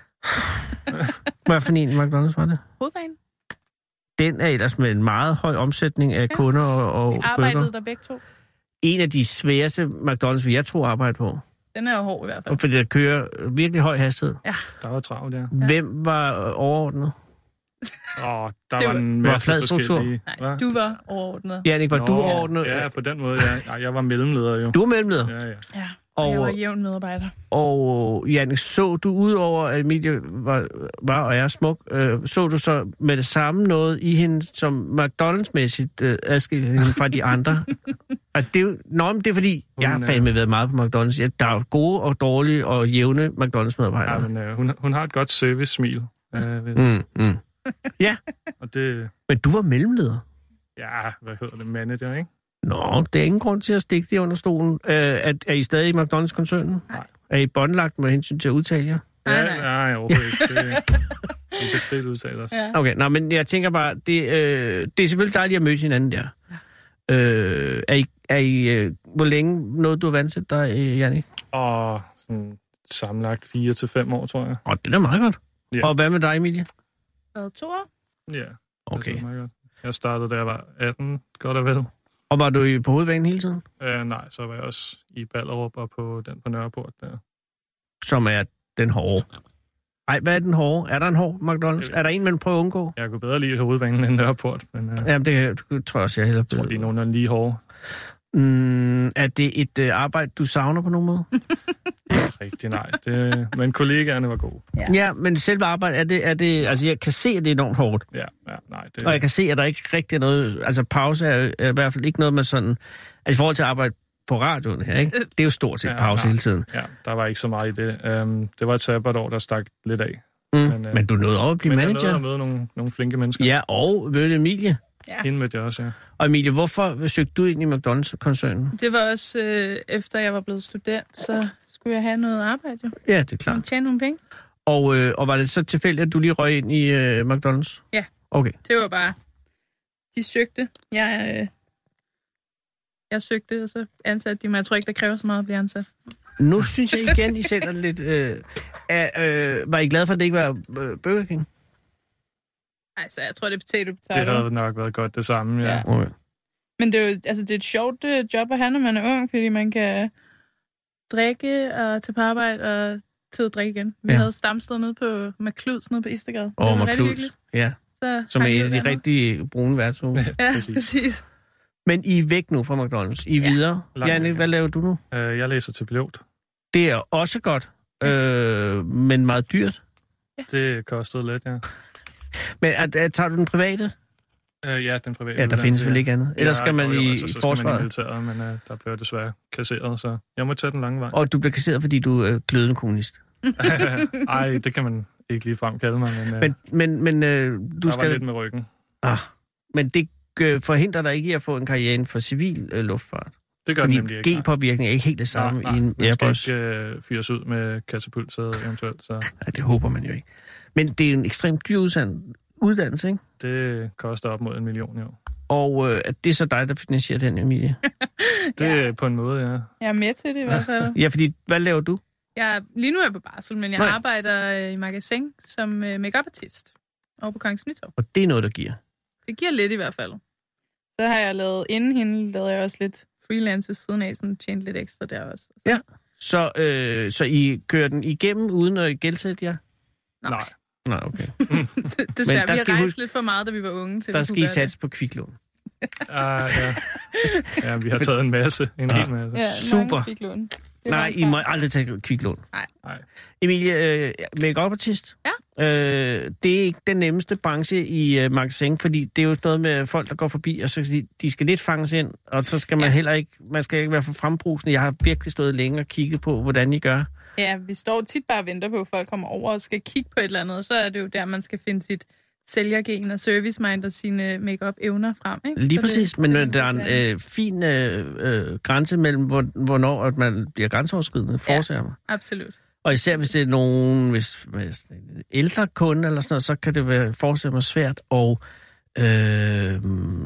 hvad for en McDonald's var det?
Hovedbanen.
Den er ellers med en meget høj omsætning af kunder og, og
Vi
bøger.
arbejdede der begge to.
En af de sværeste McDonald's, vi jeg tror arbejde på.
Den er jo hård i hvert fald.
Fordi der kører virkelig høj hastighed.
Der var travlt, ja.
Ja. Hvem var øh, overordnet?
Åh, der
Det
var
var-
en
var
masse
flad struktur.
forskellige.
Nej,
Hva?
du var overordnet.
Jannik, var
Nå,
du overordnet?
Ja, på den måde, ja. Ej, jeg var mellemleder jo.
Du er mellemleder.
Ja, ja.
Ja, og jeg
Og,
var jævn medarbejder.
og Jannik, så du ud over, at Emilie var, var og er smuk, øh, så du så med det samme noget i hende, som McDonald's-mæssigt øh, adskilte hende fra de andre? Og det, er jo- Nå, men det er fordi, jeg har
Hun, øh,
fandme været meget på McDonald's. Ja, der er gode og dårlige og jævne McDonald's-medarbejdere.
Ja, men, øh, hun, hun har et godt service-smil. Øh, ved-
Mm, mm.
Og det...
Men du var mellemleder.
Ja, hvad hedder det? Manager, ikke?
Nå, det er ingen grund til at stikke det under stolen. Øh, er, er I stadig i McDonald's-koncernen?
Nej.
Er I båndlagt med hensyn til at udtale jer?
Nej,
ja,
nej.
nej, overhovedet ikke. Det, det kan frit udtale os.
Ja.
Okay, nå, men jeg tænker bare, det, øh, det er selvfølgelig dejligt at møde hinanden der. Ja. Øh, er I, er I, øh, hvor længe nåede du at vandsætte dig, øh, Jannik?
Og sådan sammenlagt fire til fem år, tror jeg.
Åh, det er da meget godt.
Ja.
Og hvad med dig, Emilie?
Og to år?
Ja,
Okay.
det er meget godt. Jeg startede, da jeg var atten, godt og vel.
Og var du i- på hovedbanen hele tiden?
Uh, nej, så var jeg også i Ballerup og på den på Nørreport der.
Som er den hårde. Ej, hvad er den hårde? Er der en hård McDonald's? Er der en, man prøver at undgå?
Jeg kunne bedre lide hovedbanen end Nørreport, men uh,
Jamen, det tror jeg også, jeg hellere
jeg tror, de er nogenlunde lige hårde.
Mm, er det et øh, arbejde, du savner på nogen måde?
Rigtig nej. Det, men kollegaerne var gode.
Ja, ja men selve arbejdet, er det, er det... Altså, jeg kan se, at det er enormt hårdt.
Ja, ja nej. Det,
Og jeg kan se, at der ikke rigtig er noget... Altså, pause er, er i hvert fald ikke noget med sådan... Altså, i forhold til at arbejde på radioen her, ikke? Det er jo stort set
Ja,
pause
nej.
hele tiden.
Ja, der var ikke så meget i det. Um, det var et sabbatår, der stak lidt af.
Mm.
Men,
Men,
øh,
men du nåede over at blive
Men jeg
manager.
nåede at møde nogle, nogle flinke mennesker.
Ja, og mødte Emilie.
Ja.
Hende mødte jeg også, ja.
Og Emilie, hvorfor søgte du ind i McDonald's-koncernen?
Det var også øh, efter jeg var blevet student, så skulle jeg have noget arbejde jo.
Ja, det er klart.
Tjene nogle penge.
Og, øh, og var det så tilfældigt, at du lige røg ind i øh, McDonald's?
Ja.
Okay.
Det var bare, de søgte. Jeg, øh, jeg søgte, og så ansatte de mig. Jeg tror ikke, der kræver så meget at blive ansat.
Nu synes jeg igen, I sætter lidt... Øh, er, øh, var I glade for, at det ikke var øh, Burger King?
Altså, jeg tror, det er potato
Det
potato.
havde nok været godt det samme, ja.
Ja.
Okay.
Men det er jo altså, det er et sjovt øh, job at have, når man er ung, fordi man kan drikke og tage på arbejde og tage at drikke igen. Vi
Ja.
ja. havde stamsted nede på McCluds nede på Istergade.
Og
Det var rigtig
McCluds.
hyggeligt.
Ja,
Så
som er
hang vi
et af
ud
de
dernede.
rigtige brune værtshuse.
Ja,
Præcis.
præcis.
Men I er væk nu fra McDonald's. I er
Ja.
videre.
Langt
Jannik,
væk,
hvad laver du nu?
Uh, jeg læser til pilot.
Det er også godt, øh, men meget dyrt.
Det kostede lidt, ja.
Men er, er, tager du den private?
Uh, ja, den private.
Ja, der findes vel ikke andet. Ellers
ja,
skal man
jo,
i,
altså,
i
så
forsvaret.
Skal man i militæret, men uh, der bliver desværre kasseret, så jeg må tage den lange vej.
Og du bliver kasseret, fordi du er glødende kommunist.
Ej, det kan man ikke lige frem kalde mig, men, uh,
Men, men, men øh, du
der
skal...
var lidt med ryggen.
Ah, men det øh, forhindrer dig ikke i at få en karriere inden for civil øh, luftfart.
Det gør
Fordi
det nemlig ikke.
G-påvirkning er ikke helt det samme
nej, nej,
i en
man skal
Airbus.
ikke uh, fyres ud med katapultsædet eventuelt, så
Ja, det håber man jo ikke. Men det er en ekstremt dyr udsan- uddannelse, ikke?
det koster op mod en million i år.
Og øh, det er så dig, der finansierer den, Emilie.
Det er på en måde, ja.
Jeg er med til det i hvert fald.
Ja, fordi hvad laver du?
Jeg, lige nu er jeg på barsel, men jeg
Nej.
arbejder øh, i magasin som øh, make-up-artist over på Kongens Nytorv.
Og det er noget, der giver.
Det giver lidt i hvert fald. Så har jeg lavet, inden hende lavede jeg også lidt freelance ved siden af, sådan tjent lidt ekstra der også.
Ja. Så, øh, så I kører den igennem uden at gældsætte jer?
Nej.
Nej, okay.
Desværre,
der
vi
skal I
har rejst
huske-
lidt for meget, da vi var unge til
Der
at
skal
kunne
I
gøre
satse på kviklån.
Ah, ja. Ja, vi har taget en masse. En
Ja.
hel masse.
det. Ja,
Super.
mange fik lån. Det er
Nej,
meget
I må
smart.
aldrig tage kviklån.
Nej.
Emilie, øh, make-up-artist.
Ja.
Øh, det er ikke den nemmeste branche i øh, magasin, fordi det er jo noget med folk, der går forbi, og så de, de skal lidt fanges ind, og så skal man
Ja.
heller ikke, man skal ikke være for frembrusende. Jeg har virkelig stået længe og kigget på, hvordan I gør.
Ja, vi står tit bare og venter på, at folk kommer over og skal kigge på et eller andet, og så er det jo der, man skal finde sit sælgergen og service-mind og sine make-up-evner frem. Ikke?
Lige
Så
præcis,
det,
men
det,
der er en øh, fin øh, øh, grænse mellem, hvor, hvornår at man bliver grænseoverskridende, forestiller mig.
Absolut.
Og især hvis det er nogen, hvis, hvis det er en ældre kunde eller sådan noget, så kan det være, forestille mig, svært at øh,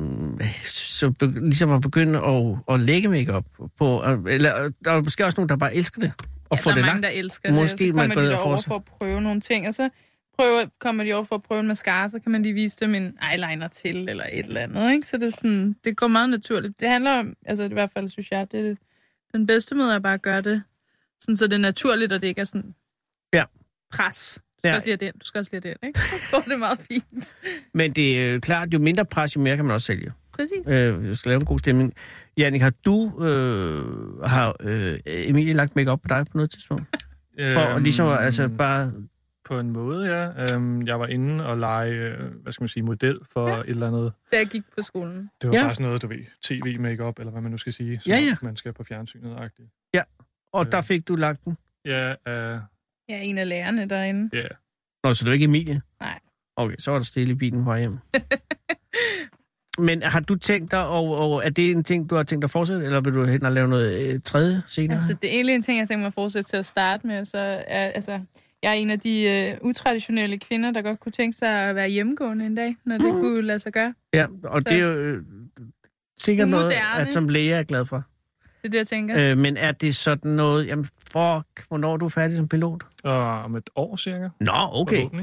så be, ligesom at begynde at, at lægge make-up på. Eller der er måske også nogen, der bare elsker det. Og
Ja,
få
der
det
er mange,
lagt.
der elsker det, og
Måske
så
man
kommer
går
de
ned og
derover
får sig.
for at prøve nogle ting, og så prøver, kommer de over for at prøve en mascara, så kan man lige vise dem en eyeliner til, eller et eller andet, ikke? Så det, er sådan, det går meget naturligt. Det handler om, altså i hvert fald synes jeg, det er den bedste måde at bare gøre det, sådan, så det er naturligt, og det ikke er sådan
Ja.
pres. Du skal
Ja.
også lige have den, du skal også lige have den, ikke? Så går det meget fint.
Men det er øh, klart, jo mindre pres, jo mere kan man også sælge.
Præcis.
Øh, jeg skal lave en god stemning. Jannik, har du, øh, har øh, Emilie lagt make-up på dig på noget tidspunkt? For
Øhm,
ligesom at, altså bare...
På en måde, ja. Øhm, jeg var inde og lege, øh, hvad skal man sige, model for ja. et eller andet.
Da jeg gik på skolen.
Det var
Ja.
bare sådan noget, du ved, tv-makeup, eller hvad man nu skal sige.
Ja, ja.
Man skal på fjernsynet-agtigt.
Og
Øh.
der fik du lagt den?
Ja, øh,
Jeg er en af lærerne derinde.
ja.
Nå, så det var ikke Emilie?
Nej.
Okay, så var der stille i bilen på vej hjem. Men har du tænkt dig, og, og er det en ting, du har tænkt dig at fortsætte, eller vil du hen og lave noget øh, tredje senere?
Altså, det er egentlig en ting, jeg tænker mig at fortsætte til at starte med, så er, altså, jeg er en af de øh, utraditionelle kvinder, der godt kunne tænke sig at være hjemmegående en dag, når det mm. kunne lade sig gøre.
Ja, og det er jo øh, sikkert noget,
Moderne.
at som læge er glad for.
Det er det, jeg tænker.
Øh, men er det sådan noget, jamen, for, hvornår er du færdig som pilot?
Og om et år cirka.
Nå, okay.
Forhåbentlig.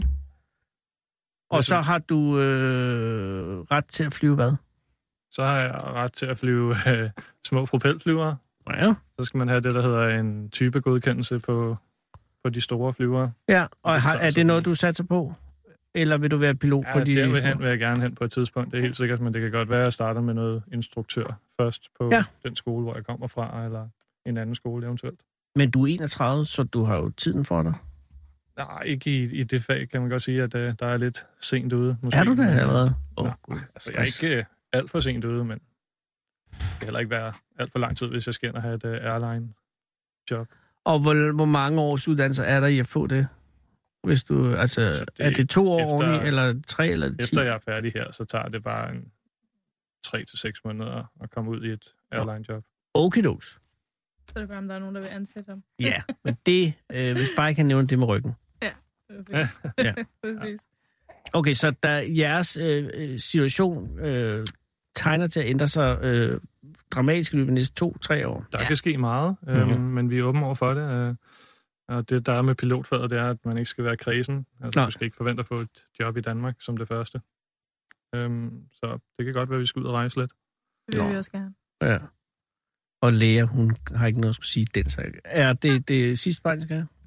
Og så har du øh, ret til at flyve hvad?
Så har jeg ret til at flyve øh, små propelflyvere.
Ja.
Så skal man have det, der hedder en typegodkendelse på, på de store flyvere.
Ja, og
Det
har,
tager
er
så
det noget,
lidt.
du satser på? Eller vil du være pilot
Ja,
på de...
derhen vil jeg gerne hen på et tidspunkt. Det er helt sikkert, men det kan godt være, at jeg starter med noget instruktør først på
Ja.
den skole, hvor jeg kommer fra, eller en anden skole eventuelt.
Men du er enogtredive, så du har jo tiden for dig.
Nej, ikke i, i det fag, kan man godt sige, at uh, der er lidt sent ude. Måske.
Er du der
Men,
allerede? Åh,
nej,
oh, gud.
altså, jeg er ikke uh, alt for sent ude, men det kan heller ikke være alt for lang tid, hvis jeg skal ind og have et uh, airline-job.
Og hvor, hvor mange års uddannelse er der i at få det? Hvis du, altså,
Altså, det
er det to år
efter-
oveni, eller tre, eller ti?
Efter jeg er færdig her, så tager det bare en tre til seks måneder at komme ud i et airline-job.
Okidos.
Så er det bare, om der er nogen, der vil ansætte ham.
Ja, men det, øh, hvis bare jeg kan nævne det med ryggen.
Præcis.
Ja.
Præcis.
Okay, så der jeres øh, øh, situation øh, tegner til at ændre sig øh, dramatisk i løbet af de næste to-tre år.
Der
Ja.
kan ske meget, øhm,
Mhm.
men vi er åbne over for det. Øh, og det, der er med pilotfaget, det er, at man ikke skal være kredsen. Altså,
Nej.
du skal ikke forvente at få et job i Danmark som det første. Øhm, så det kan godt være, at vi skal ud og rejse lidt.
Det vil
Nå.
vi også gerne.
Ja. Og Lea, hun har ikke noget at skulle sige i den sag. Er det det sidste barn, jeg skal have?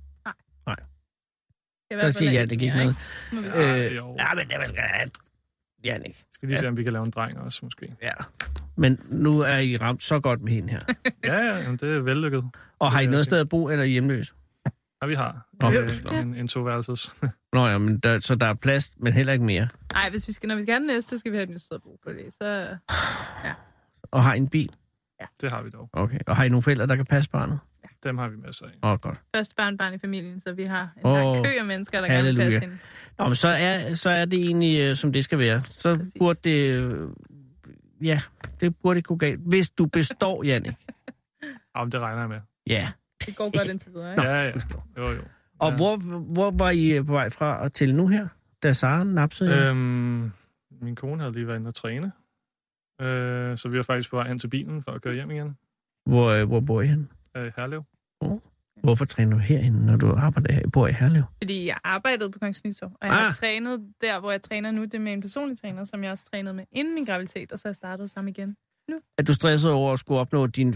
Det er i
Der
hvert fald
siger jeg,
et
det gik ikke
mere,
noget.
ikke? Må vi sige.
Øh,
jo.
ja, men det skal jeg Jannik.
Skal lige se, om vi kan lave en dreng også, måske.
Ja. Men nu er I ramt så godt med hende her.
Ja, ja, jamen, det er vellykket.
Og har I
Det vil
noget
jeg
sted at bo, eller hjemløs?
Ja, vi har
Nå.
øh, en, en toværelses.
Nå ja, men der, så der er plads, men heller ikke mere.
Nej, hvis vi skal, når vi skal have den næste, så skal vi have et nyt sted at bo på det. Så, ja.
Og har I en bil?
Ja.
Det har vi dog.
Okay. Og har I nogle forældre, der kan passe barnet?
Ja. Dem har vi masser af.
Åh, oh, godt.
Første barn, barn i familien, så vi har en
Åh,
oh, kø af mennesker, der gerne vil passe hende.
Nå, men så er, så er det egentlig, som det skal være. Så Præcis. burde det... Ja, det burde det gå galt. Hvis du består, Jannik.
Jamen, det regner jeg med.
Ja. Det går godt indtil videre, ikke?
Ja, ja. Jo, jo.
Og
ja.
hvor, hvor var I på vej fra og til nu her, da Sara napsede?
Øhm, min kone havde lige været inde og træne. Øh, så vi var faktisk på vej hen til bilen for at køre hjem igen.
Hvor, hvor bor I henne?
Øh, Herlev.
Oh. Hvorfor træner du herinde, når du arbejder her, bor i Herlev?
Fordi jeg arbejdede på Kongens Nytorv, og jeg ah. har trænet der, hvor jeg træner nu. Det er med en personlig træner, som jeg også trænede med inden min graviditet, og så er jeg startet sammen igen nu. Er
du stresset over at skulle opnå din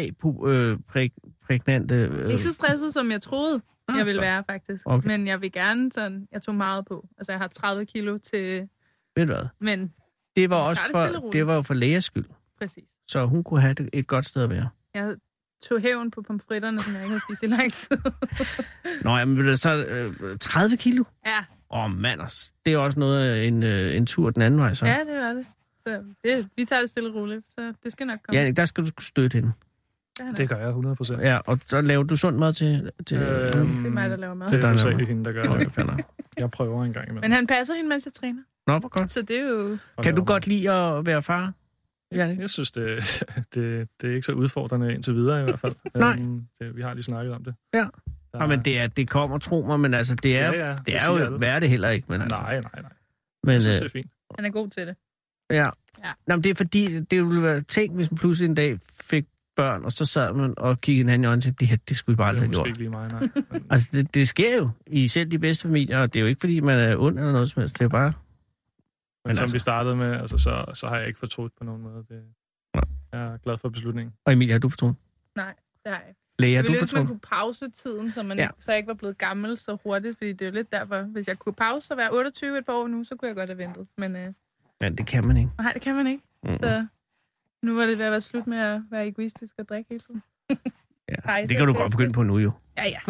præ-prægnante... Øh,
Ikke så stresset, som jeg troede, ah, jeg ville være, faktisk. Okay. Men jeg vil gerne sådan... Jeg tog meget på. Altså, jeg har tredive kilo til...
Ved du hvad?
Men...
Det var også for, det var jo for læges skyld.
Præcis.
Så hun kunne have et godt sted at være.
Jeg tog hævn på pomfritterne, som jeg ikke havde spist i lang tid.
Nå, jamen, vil det så øh, tredive kilo?
Ja.
Åh, oh, mand, det er også noget af en, øh, en tur den anden vej, så.
Ja, det var det. Så det, vi tager det stille og roligt, så det skal nok komme.
Ja, der skal du støtte hende.
Det, det gør jeg hundrede procent.
Ja, og så laver du sund mad til... til
øhm, det er mig, der laver mad.
Det er så hende, der gør det. Jeg prøver en gang imellem.
Men han passer hende, mens jeg træner.
Nå, hvor godt.
Så det er jo...
Kan du godt lide at være far?
Ja, jeg synes, det, det, det er ikke så udfordrende indtil videre i hvert fald.
Nej.
Um, det, vi har lige snakket om det.
Ja. Der... Ja, men det, er, det kommer, tro mig, men altså, det er, ja, ja, det det er jo ikke værd det heller ikke. Men altså.
Nej, nej, nej.
Men,
jeg synes, det er fint.
Han er god til det.
Ja.
ja.
Nå, men det er fordi, det ville være tænkt, hvis man pludselig en dag fik børn, og så sad man og kiggede hinanden i øjnene og tænkte, det, det skulle vi bare aldrig have gjort.
Det er måske ikke lige mig, nej. Men...
altså, det, det sker jo i selv de bedste familier, og det er jo ikke fordi, man er ond eller noget som helst. Det er bare...
Men, men som altså... vi startede med, altså, så, så har jeg ikke fortrudt på nogen måde. Det... Jeg er glad for beslutningen.
Og Emilie, har du fortrudt?
Nej, det har jeg ikke.
Læge, har
du
fortrudt?
Man kunne pause tiden, så man ja. ikke, så jeg ikke var blevet gammel så hurtigt, fordi det er jo lidt derfor. Hvis jeg kunne pause og være otteogtyve et par år nu, så kunne jeg godt have ventet. Men, øh...
men det kan man ikke.
Nej, det kan man ikke. Mm-hmm. Så nu var det ved at være slut med at være egoistisk og drikke hele tiden.
ja, Ej, det kan du godt begynde på nu jo.
Ja, ja.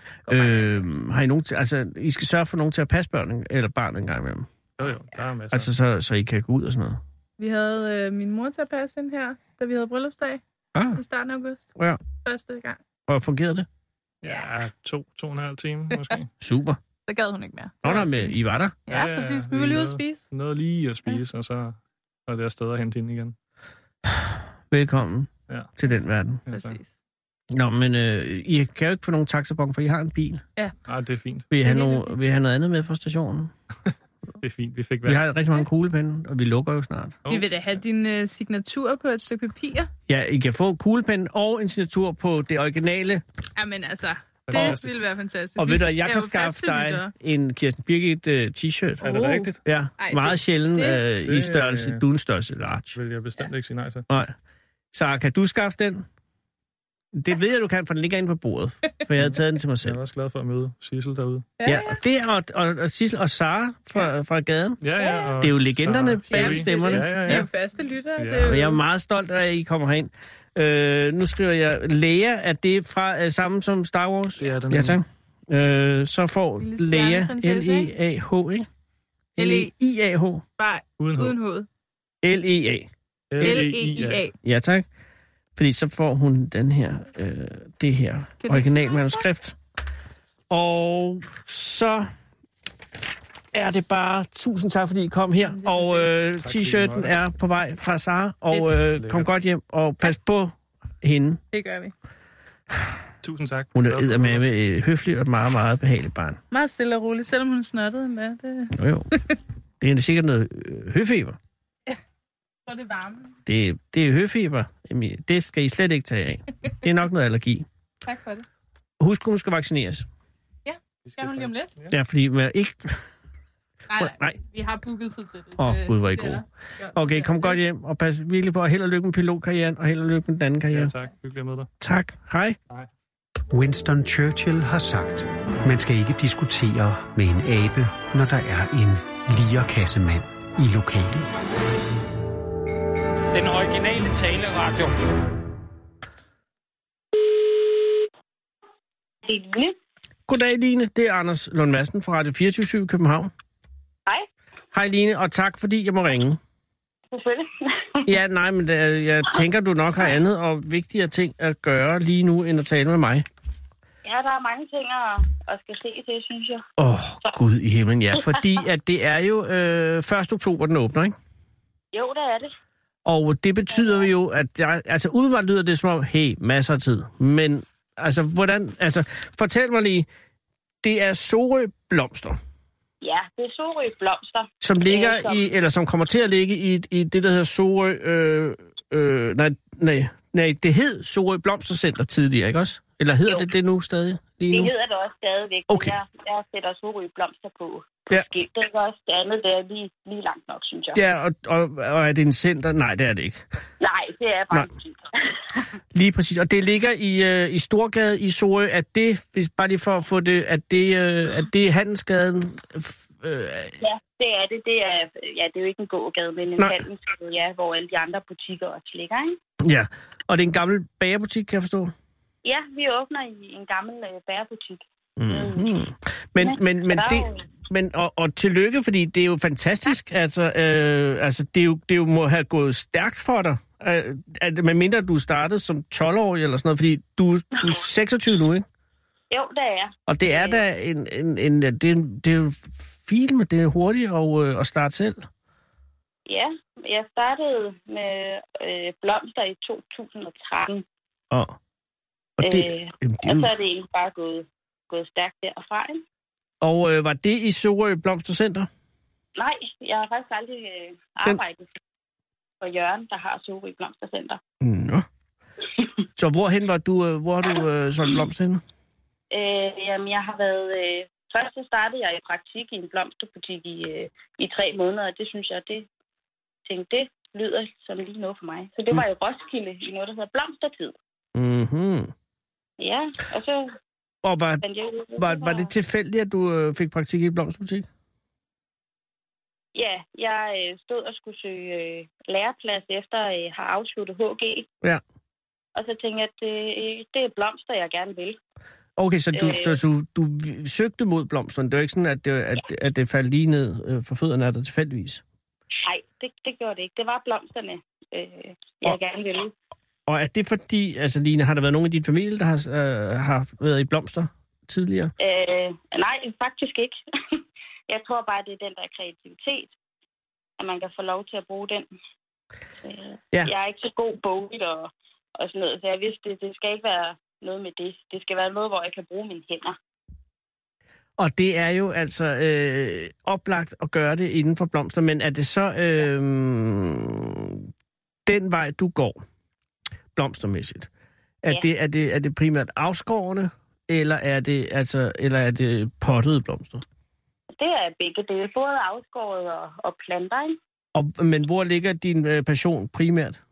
øh, har I nogen til, altså, I skal sørge for nogen til at passe børn eller barn en gang imellem?
Jo, jo, der er masser.
Altså, så, så I kan gå ud og sådan noget?
Vi havde øh, min mor til at passe hende her, da vi havde bryllupsdag
ah.
i starten af august.
Ja.
Første gang.
Og fungerede det?
Ja, to, to og en halv time måske.
Super.
Så gad hun ikke mere.
Nå, der med, I var der?
Ja, ja præcis. Vi ville lige ud at spise.
Noget lige at spise, ja. Og så var det afsted at hente hende igen.
Velkommen
ja.
til den verden.
Ja,
præcis.
Nå, men øh, I kan jo ikke få nogen taxabon, for I har en bil.
Ja.
Nej, det er fint.
Vil I have, no- vil I have noget andet med fra stationen?
Det er fint, vi fik
Vi har rigtig mange kuglepenne, og vi lukker jo snart.
Oh. Vi vil da have din uh, signatur på et stykke papir.
Ja, I kan få kuglepenne og en signatur på det originale.
Jamen altså, det ville være fantastisk.
Og ved du, jeg kan skaffe dig lytter. en Kirsten Birgit uh, t-shirt.
Oh. Er det rigtigt?
Ja, Ej, meget sjældent uh, i størrelse, du en størrelse large.
Vil jeg bestemt ja. ikke sige nej til.
Nej. Så kan du skaffe den? Det ved jeg, du kan, for den ligger inde på bordet. For jeg havde taget den til mig selv.
Jeg er også glad for at møde Sissel derude.
Ja, og det og, og, og Sissel og Sara fra, fra gaden.
Ja, ja.
Det er jo legenderne
Sarah,
bag stemmerne.
Ja, ja, ja. Det er jo faste lyttere.
Ja. Og jeg er meget stolt af, at I kommer herind. Øh, nu skriver jeg Lea, at det er fra uh, samme som Star Wars.
Ja, den
ja tak. Øh, så får Lea L E A H, ikke? L E I A H.
Bare uden H.
L E A.
L E I A.
Ja, tak. Fordi så får hun den her, øh, det her originalmanuskript. Og så er det bare tusind tak, fordi I kom her. Og øh, t-shirten er på vej fra Sara. Og øh, kom godt hjem og pas på hende.
Det gør vi.
Tusind tak.
Hun er eddermame et høfligt og meget, meget behageligt barn.
Meget stille og roligt, selvom hun snottede endda. Det...
Jo, jo. Det er sikkert noget øh, høfeber.
Og det varme.
Det, det er høfeber. Det skal I slet ikke tage af. Det er nok noget allergi.
Tak for det.
Husk, hun skal vaccineres.
Ja, skal hun lige om lidt?
Ja, fordi man ikke...
Nej, nej, nej, vi har booket tid til det.
Åh, oh, gud, hvor I gode. Okay, kom godt hjem, og pas virkelig på. Held og lykke med pilotkarrieren, og held og lykke med den anden karriere.
Ja, tak. Hyggeligt med dig.
Tak. Hej.
Hej.
Winston Churchill har sagt, man skal ikke diskutere med en abe, når der er en lierkassemand i lokalet.
Den originale taleradio.
Goddag, Line. Det er Anders Lund Madsen fra Radio fireogtyve syv i København.
Hej.
Hej, Line, og tak, fordi jeg må ringe.
Selvfølgelig.
Ja, nej, men det, jeg tænker, du nok har andet og vigtigere ting at gøre lige nu, end at tale med mig.
Ja, der er mange ting at, at skal se til, synes jeg.
Åh, oh, Gud i himlen, ja. Fordi at det er jo øh, første oktober, den åbner, ikke?
Jo, det er det.
Og det betyder jo, at jeg, altså udvalgt lyder det som om, hey, masser af tid. Men altså, hvordan, altså, fortæl mig lige, det er Sorø Blomster.
Ja, det er Sorø Blomster.
Som ligger
øh, som...
i, eller som kommer til at ligge i, i det, der hedder Sorø, øh, øh, nej, nej, nej, det hed Sorø Blomstercenter tidligere, ikke også? Eller hedder jo. det det nu stadig? Lige nu?
Det hedder det også stadigvæk,
okay.
men jeg, jeg sætter Sorø Blomster på.
Ja.
Det er også det andet, det er lige, lige langt nok, synes jeg.
Ja, og, og, og er det en center? Nej, det er det ikke.
Nej, det er bare en
lige præcis. Og det ligger i, øh, i Storgade i Sorø. Er det, hvis bare lige for at få det, at det, øh, at det er Handelsgaden? Øh,
ja, det er det. Det er, ja, det er jo ikke en gågade, men en handelsgade, ja, hvor alle de andre butikker også ligger, ikke?
Ja, og det er en gammel bagerbutik, kan jeg forstå? Ja,
vi åbner i en gammel øh, bagerbutik.
Mm-hmm. Men, ja, men, men det... Men, og, og tillykke, fordi det er jo fantastisk. Altså, øh, altså det, er jo, det er jo må have gået stærkt for dig. Øh, at, medmindre du startede som tolv-årig eller sådan noget, fordi du, du er seksogtyve nu, ikke?
Jo, det er jeg.
Og det er da en... en, en det, det er jo fint, men det er hurtigt at, øh, at starte selv.
Ja, jeg startede med øh, blomster i to tusind og tretten.
Oh. Og, det,
øh,
jamen, det
og
jo...
så er det egentlig bare gået, gået stærkt derfra, ikke?
Og øh, var det i Sorø Blomstercenter?
Nej, jeg har faktisk aldrig øh, arbejdet Den... for Jørgen, der har Sorø Blomstercenter.
Nå. Så hvorhen var du, øh, hvor har du øh, solgt blomster henne?
Øh, jamen, jeg har været... Øh, først så startede jeg i praktik i en blomsterbutik i, øh, i tre måneder, og det synes jeg, det tænkte, det lyder som lige noget for mig. Så det var i Roskilde i noget, der hedder Blomstertid.
Mhm.
Ja, og så...
Og var, var, var det tilfældigt, at du øh, fik praktik i en blomsterbutik?
Ja, jeg øh, stod og skulle søge øh, læreplads efter at øh, have afsluttet H G.
Ja.
Og så tænkte jeg, at det, det er blomster, jeg gerne vil.
Okay, så du,
øh,
så du, du søgte mod blomsterne. Det var ikke sådan, at det, at, ja. at det faldt lige ned øh, for fødderne af dig tilfældigvis?
Nej, det, det gjorde det ikke. Det var blomsterne, øh, jeg og, gerne ville.
Og er det fordi, altså Line, har der været nogen i din familie, der har, øh, har været i blomster tidligere?
Øh, nej, faktisk ikke. Jeg tror bare, det er den der kreativitet, at man kan få lov til at bruge den. Øh, ja. Jeg er ikke så god bogligt og, og sådan noget, så jeg vidste, det, det skal ikke være noget med det. Det skal være noget, hvor jeg kan bruge mine hænder.
Og det er jo altså øh, oplagt at gøre det inden for blomster, men er det så øh, den vej, du går blomstermæssigt? Er, ja. det, er, det, er det primært afskårende, eller er det, altså, eller er det pottede blomster?
Det er begge dele, både afskåret og, og planter, ikke?
Og, men hvor ligger din øh, passion primært?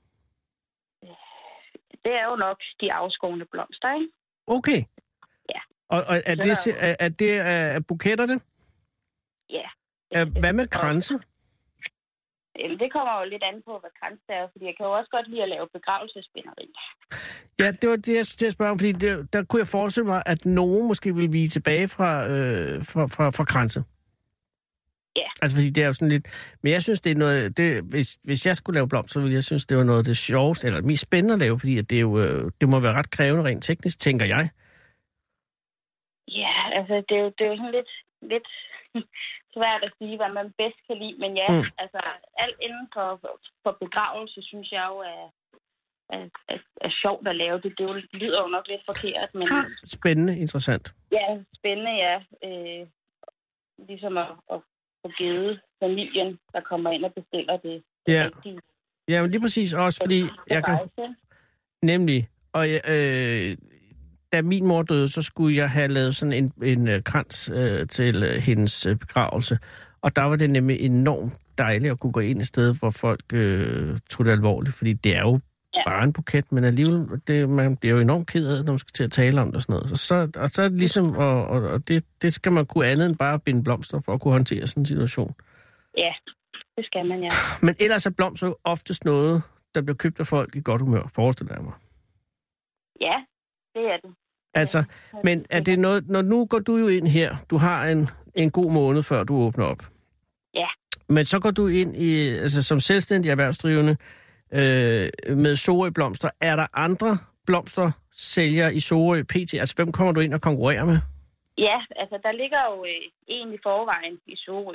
Det er jo nok de afskårne blomster, ikke?
Okay.
Ja.
Og, og er, det, er, er det er buketterne?
Ja.
Er, hvad med kranse?
Det kommer jo lidt an på, hvad kranse er, fordi jeg kan jo også godt lide at lave begravelsesspinderi.
Ja, det var det, jeg skulle til at spørge om, fordi det, der kunne jeg forestille mig, at nogen måske ville vige tilbage fra, øh, fra, fra, fra kranse.
Ja.
Altså, fordi det er jo sådan lidt... Men jeg synes, det er noget... Det, hvis, hvis jeg skulle lave blomster, så ville jeg synes, det var noget af det sjoveste, eller mest spændende at lave, fordi at det, er jo, det må være ret krævende rent teknisk, tænker jeg.
Ja, altså, det er jo, det er jo sådan lidt, lidt svært at sige, hvad man bedst kan lide, men ja, mm. altså, alt inden for, for begravelse, synes jeg jo er, er, er, er sjovt at lave det. Det jo, lyder jo nok lidt forkert, men...
Spændende, interessant.
Ja, spændende, ja. Øh, ligesom at, at få givet familien, der kommer ind og bestiller det. det
ja.
rigtige.
Ja, men det er præcis også, fordi jeg kan... Nemlig, og jeg, øh, da min mor døde, så skulle jeg have lavet sådan en, en uh, krans uh, til uh, hendes uh, begravelse. Og der var det nemlig enormt dejligt at kunne gå ind et sted, hvor folk uh, tog det alvorligt, fordi det er jo ja. bare en buket, men alligevel, det, man bliver jo enormt ked af, når man skal til at tale om det og sådan noget. Og så, og så er det ligesom, og, og, og det, det skal man kunne andet end bare binde blomster for at kunne håndtere sådan en situation.
Ja, det skal man, ja.
Men ellers er blomster jo oftest noget, der bliver købt af folk i godt humør, forestiller jeg mig.
Ja, det er det.
Altså, men er det noget, når nu går du jo ind her, du har en, en god måned, før du åbner op.
Ja.
Men så går du ind i, altså som selvstændig erhvervsdrivende øh, med Sorø Blomster. Er der andre blomstersælgere i Sorø P T? Altså, hvem kommer du ind og konkurrerer med?
Ja, altså der ligger jo øh, en i forvejen i Sorø,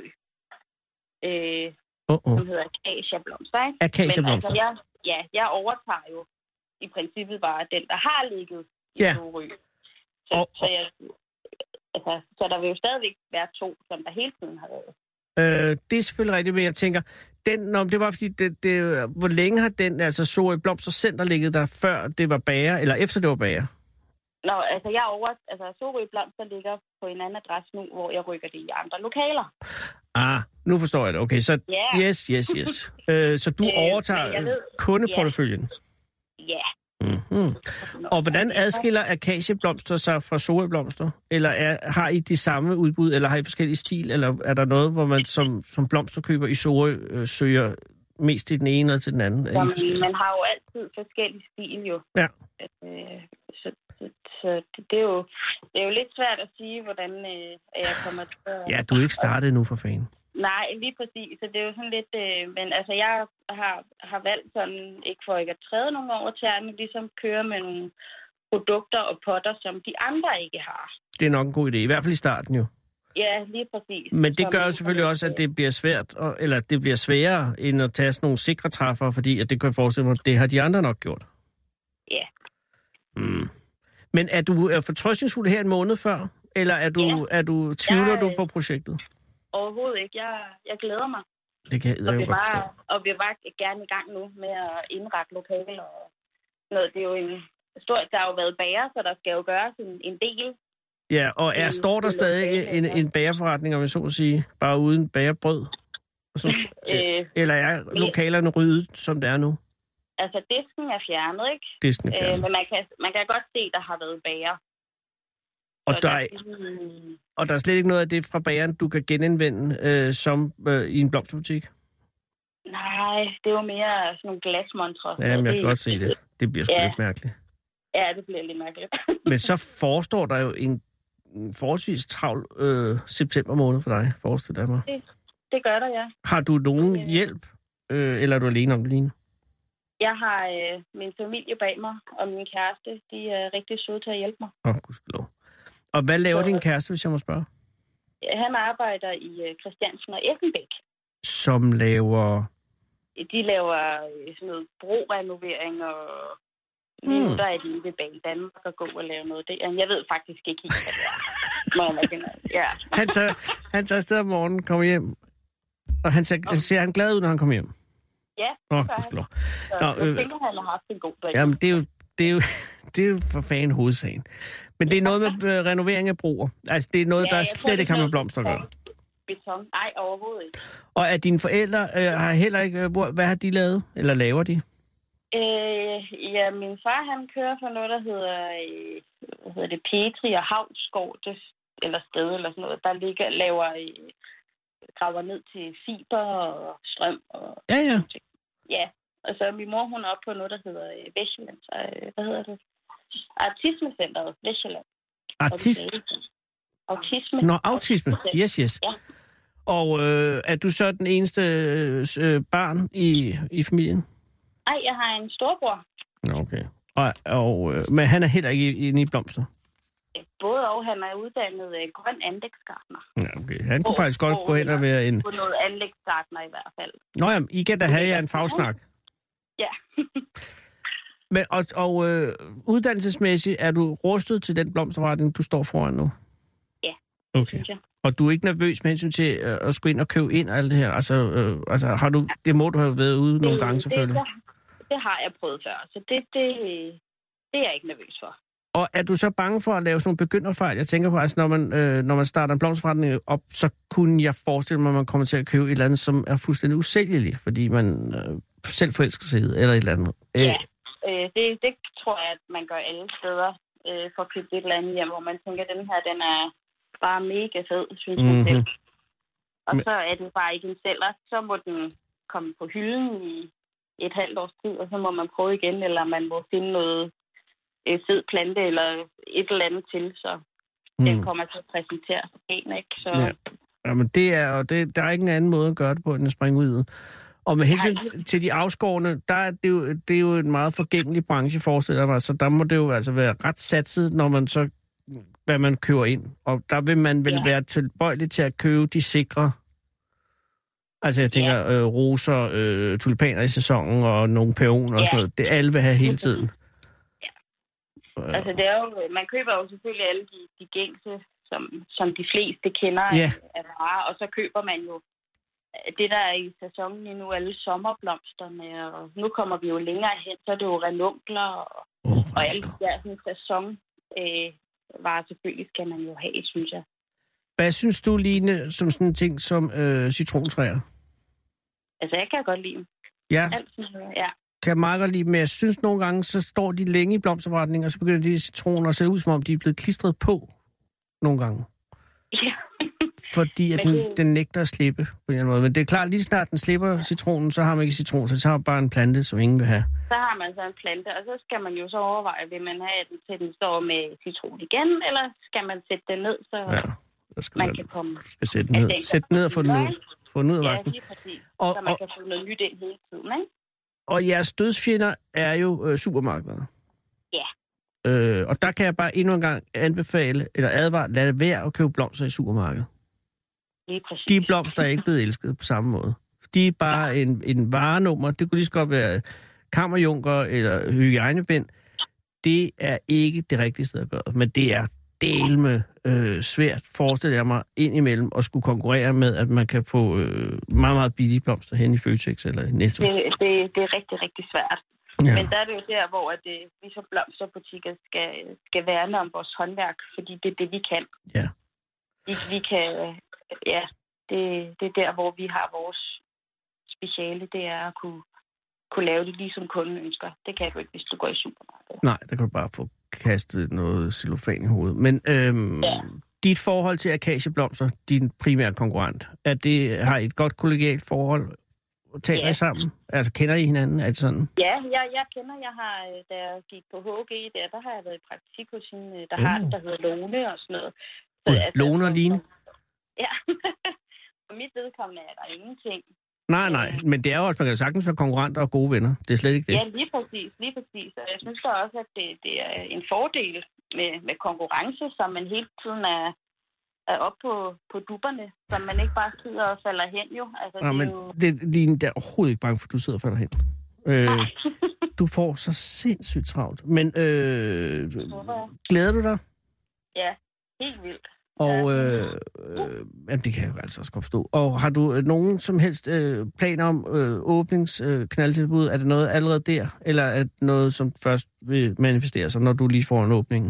øh,
Uh-uh.
som hedder Acacia Blomster, ikke?
Acacia
Men
Blomster.
altså, jeg, ja, jeg overtager jo i princippet bare den, der har ligget i
Ja.
Sorø. Så,
Og-
så, jeg, altså, så der vil jo stadigvæk være to, som der hele tiden har været.
Øh, det er selvfølgelig rigtigt, men jeg tænker, den, nå, det var fordi, det, det, hvor længe har den, altså Sorø Blomstercenter ligget der, før det var bager, eller efter det var bager?
Nå, altså jeg over, altså Sorø Blomster ligger på en anden adresse nu, hvor jeg rykker det i andre lokaler.
Ah, nu forstår jeg det. Okay, så
Ja.
yes, yes, yes. øh, så du
Øh,
overtager
men jeg ved-
kundeporteføljen?
Ja.
Mm-hmm. Og hvordan adskiller Acacia Blomster sig fra Sorø Blomster? Eller er, har I de samme udbud, eller har I forskellige stil, eller er der noget, hvor man som, som blomsterkøber i Sorø øh, søger mest til den ene og til den anden? Er I
Jamen,
forskellige?
man har jo altid forskellig stil jo.
Ja.
Øh, så så, så det, det, er jo, det er jo lidt svært at sige, hvordan øh, jeg kommer til at...
Ja, du er ikke startet endnu for fanden.
Nej, lige præcis. Så det er jo sådan lidt... Øh, men altså, jeg har, har valgt sådan, ikke for ikke at træde nogen over tæerne, ligesom køre med nogle produkter og potter, som de andre ikke har.
Det er nok en god idé, i hvert fald i starten jo.
Ja, lige præcis.
Men det
Som-
gør jo selvfølgelig også, at det bliver svært, og- eller det bliver sværere, end at tage sådan nogle sikre træffere, fordi at det kan jeg forestille mig, det har de andre nok gjort.
Ja.
Mm. Men er du er fortrøstningsfuld her en måned før? Eller er du,
Ja.
er du tvivler
Jeg-
du på projektet?
Overhovedet ikke. Jeg, jeg glæder mig.
Det kan jeg
Og vi,
jo godt
var,
forstå.
og vi var gerne i gang nu med at indrette lokaler og noget. Det er jo en stor... Der har jo været bager, så der skal jo gøres en, en del.
Ja, og er, står der stadig en, en bagerforretning, om jeg så må sige, bare uden bagerbrød? Som,
Øh,
eller er lokalerne ryddet, som det er nu?
altså, disken er fjernet, ikke?
Disken er
Øh,
fjernet.
men man kan, man kan godt se, der har været bager.
Og
Så
der er,
mm,
og der er slet ikke noget af det fra bageren, du kan genanvende øh, som øh, i en blomsterbutik?
nej, det er jo mere sådan nogle glasmontre.
Ja, men jeg kan
Det-
godt se det. Det bliver sgu
Ja.
lidt mærkeligt.
Ja, det bliver lidt mærkeligt.
Men så forestår der jo en en forholdsvis travl øh, september måned for dig, forestiller jeg mig.
Det gør der, ja.
Har du nogen hjælp, øh, eller er du alene om det lige nu?
Jeg har øh, min familie bag mig, og min kæreste, de er rigtig søde til at hjælpe mig.
Åh, oh, gudskelov. Og hvad laver
Så-
din kæreste, hvis jeg må spørge?
Han arbejder i øh, Christiansen og Essenbæk.
Som laver...
De laver øh, sådan noget brorenovering, og lige nu
Hmm.
der er de ved Bag Danmark og gå og lave noget der. Jeg ved faktisk ikke helt, hvad det er. Må jeg erkende. Ja.
Han tager, han tager afsted om morgenen, kommer hjem, og han ser, okay. ser han glad ud, når han kommer hjem?
Ja,
Åh,
det gør han.
gudskelov.
Så
Nå,
jeg
øh,
tænker, han har haft en god dag.
Jamen, det er jo, det er jo, det er jo for fanden hovedsagen. Men det er noget med øh, renovering af broer. Altså, det er noget,
Ja,
der
jeg tror,
slet
det
ikke har
er
med
noget
blomster at gøre.
Beton. Nej, overhovedet ikke.
Og er dine forældre øh, har heller ikke... Øh, hvor- hvad har de lavet? Eller laver de?
Øh, ja, min far, han kører for noget, der hedder, øh, hvad hedder det, Petri og Havsskov, det, eller sted, eller sådan noget. Der ligger, laver, øh, graver ned til fiber og strøm. Og,
Ja, ja.
ja, og så min mor, hun er oppe på noget, der hedder øh, Vestjylland. Øh, hvad hedder det? Autismecenteret Vestjylland.
Artist?
Autisme.
Nå, autisme. Yes, yes.
Ja.
Og øh, er du så den eneste øh, barn i, i familien?
Ej, jeg har en storbror.
Nå, okay. Og, og, øh, men han er heller ikke inde i blomster?
Både og, han er uddannet øh, grøn anlægsgartner.
Ja, okay. Han kunne faktisk godt gå hen og være en...
På noget anlægsgartner i hvert fald.
Nå ja, I kan da have jer en fagsnak.
Ja.
Men, og og øh, uddannelsesmæssigt, er du rustet til den blomsterforretning, du står foran nu?
Ja,
Okay.
synes jeg.
Og du er ikke nervøs med hensyn til øh, at skulle ind og købe ind og alt det her? Altså, øh, altså har du, det må du have været ude nogle gange selvfølgelig.
Det, det, det har jeg prøvet før, så det, det, det er jeg ikke nervøs for.
Og er du så bange for at lave sådan nogle begynderfejl? Jeg tænker på, altså når man, øh, når man starter en blomsterforretning op, så kunne jeg forestille mig, at man kommer til at købe et eller andet, som er fuldstændig usælgeligt, fordi man øh, selv forelsker sig i det, eller et eller andet.
Ja, øh, det, det tror jeg, at man gør alle steder øh, for at købe et eller andet hjem, hvor man tænker, at den her, den er bare mega fed, synes mm-hmm. man selv. Og Men... så er den bare ikke en sælger. Så må den komme på hylden i et halvt års tid, og så må man prøve igen, eller man må finde noget øh, fed plante eller et eller andet til, så mm. den kommer til at præsentere sig en, ikke? Så...
Ja. Jamen, det er, og det, der er ikke en anden måde at gøre det på, end at springe ud i det. Og med hensyn Nej. til de afskårne, der er det, jo, det er jo en meget forgængelig branche, forestiller mig, så der må det jo altså være ret satset, når man så, hvad man køber ind. Og der vil man vel ja. være tilbøjelig til at købe de sikre. Altså jeg tænker, ja. øh, roser, øh, tulipaner i sæsonen og nogle peoner og ja. sådan noget. Det alle vil have hele tiden.
Ja. Altså det er jo, man køber jo selvfølgelig alle de, de gængse, som, som de fleste kender ja. af varer, og så køber man jo det, der er i sæsonen lige nu, alle sommerblomsterne, og nu kommer vi jo længere hen, så er det jo ranunkler og, oh, og alle de der sådan, sæson øh, varer selvfølgelig skal man jo have, synes jeg.
Hvad synes du, Line, som sådan en ting som øh, citrontræer?
Altså, jeg kan godt lide dem.
Ja.
Altid, ja.
Kan jeg meget godt lide, men jeg synes nogle gange, så står de længe i blomsterforretningen, og så begynder de citroner at se ud, som om de er blevet klistret på nogle gange.
Ja.
Fordi at den, det... den nægter at slippe på en måde. Men det er klart, lige snart den slipper citronen, så har man ikke citron, så har man bare en plante, som ingen vil have.
Så har man så en plante, og så skal man jo så overveje, vil man have den til den står med citron igen, eller skal man sætte den ned, så
ja, skal
man
være,
kan komme...
skal sætte den ned, sætte den ned og få den ud, få den ud af vagten.
Ja, lige præcis. Og, så man og, kan få noget nyt ind hele tiden, ikke?
Og jeres dødsfjender er jo øh, supermarkeder.
Ja.
Øh, og der kan jeg bare endnu en gang anbefale, eller advare, lad det være at købe blomster i supermarkedet. De blomster er ikke blevet elsket på samme måde. De er bare ja. en, en varenummer. Det kunne lige så godt være kammerjunker eller hygiejnebind. Det er ikke det rigtige sted at gøre. Men det er delme øh, svært, forestiller jeg mig, indimellem at skulle konkurrere med, at man kan få øh, meget, meget billige blomster hen i Føtex eller Netto.
Det, det, det er rigtig, rigtig svært. Ja. Men der er det jo der, hvor at det, vi som blomsterbutikker skal, skal værne om vores håndværk, fordi det er det, vi kan.
Ja.
Vi, vi kan... Ja, det, det er der, hvor vi har vores speciale, det er at kunne, kunne lave det lige som kunden ønsker. Det kan du ikke, hvis du går i supermarkedet.
Nej, der kan du bare få kastet noget cellofan i hovedet. Men øhm, ja. dit forhold til akacieblomster, din primære konkurrent, er det, har I et godt kollegialt forhold? Taler
ja.
I sammen? Altså, kender I hinanden? Er det sådan?
Ja, jeg, jeg kender. Jeg har, da jeg gik på H G, der, der har jeg været i praktik hos hende, der mm. har der hedder Lone og sådan noget. Så,
uh, altså, Lone og Line?
Ja, for mit vedkommende er der ingenting.
Nej, nej, men det er jo også, man kan sagtens være konkurrenter og gode venner. Det er slet ikke det.
Ja, lige præcis, lige præcis. Og jeg synes da også, at det, det er en fordel med, med konkurrence, som man hele tiden er, er oppe på, på dupperne, som man ikke bare sidder og falder hen jo. Altså,
ja,
det
men
jo...
det, Line, der er overhovedet ikke bange for, at du sidder og falder hen. Øh, du får så sindssygt travlt. Men øh, glæder du dig?
Ja, helt vildt.
Og øh, øh, jamen, det kan jeg jo altså også godt forstå. Og har du øh, nogen som helst øh, planer om øh, åbningsknaldtilbud? Øh, er det noget allerede der? Eller er det noget, som først vil manifestere sig, når du lige får en åbning?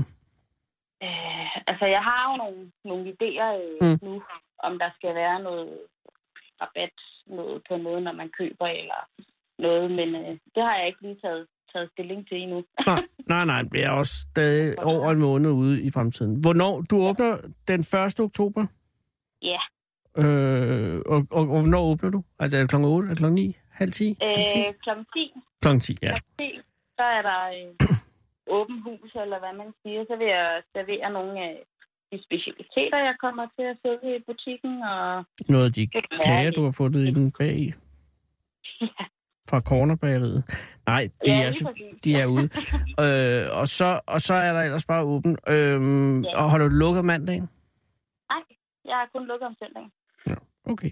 Øh, altså, jeg har jo nogle, nogle idéer øh, mm. nu, om der skal være noget rabat noget på noget, når man køber eller noget. Men øh, det har jeg ikke lige taget taget stilling til endnu.
nej, nej, nej, det er også stadig over en måned ude i fremtiden. Hvornår? Du åbner den første oktober?
Ja.
Øh, og, og, og hvornår åbner du? Altså er det klokken otte, er det klokken ni, halv ti?
Øh, klokken ti.
Klokken ti, ja.
Klokken ti, så er der øh, åben hus, eller hvad man siger. Så vil jeg servere nogle af de specialiteter, jeg kommer til at sælge i butikken. Og
noget af de kager, du har fundet i den bag. Ja. Fra cornerbageriet. Nej, de,
ja,
er, de er ude. øh, og, så, og så er der ellers bare åben. Øhm, ja. Og holder du lukket mandagen?
Nej, jeg har kun lukket om søndagen.
Ja, okay.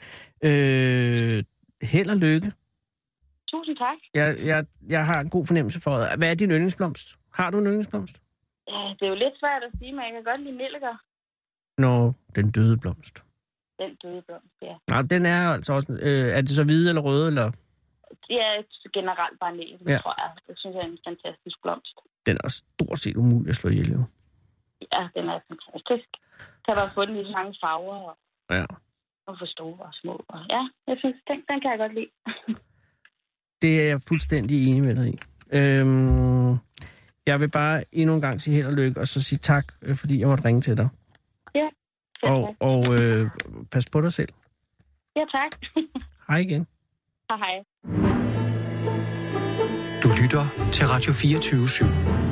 Øh, held og lykke.
Tusind tak.
Jeg, jeg, jeg har en god fornemmelse for det. Hvad er din yndlingsblomst? Har du en yndlingsblomst?
Ja, det er jo lidt svært at sige, men jeg kan godt lide nelliker.
Nå, den døde blomst.
Den døde blomst, ja.
Nej, den er altså også... Øh, er det så hvide eller røde, eller...
Det er generelt bare nellik, ja. Tror jeg. Det synes jeg er en fantastisk blomst.
Den er også stort set umulig at slå ihjel, jo.
Ja, den er fantastisk. Kan bare få den i mange farver, og,
ja.
og for store og små. Og ja, jeg synes, den, den kan jeg godt lide.
Det er jeg fuldstændig enig med dig i. Øhm, jeg vil bare endnu en gang sige held og lykke, og så sige tak, fordi jeg måtte ringe til dig.
Ja.
Og, og øh, pas på dig selv.
Ja, tak.
Hej igen.
Hej hej.
Du lytter til Radio fireogtyve syv.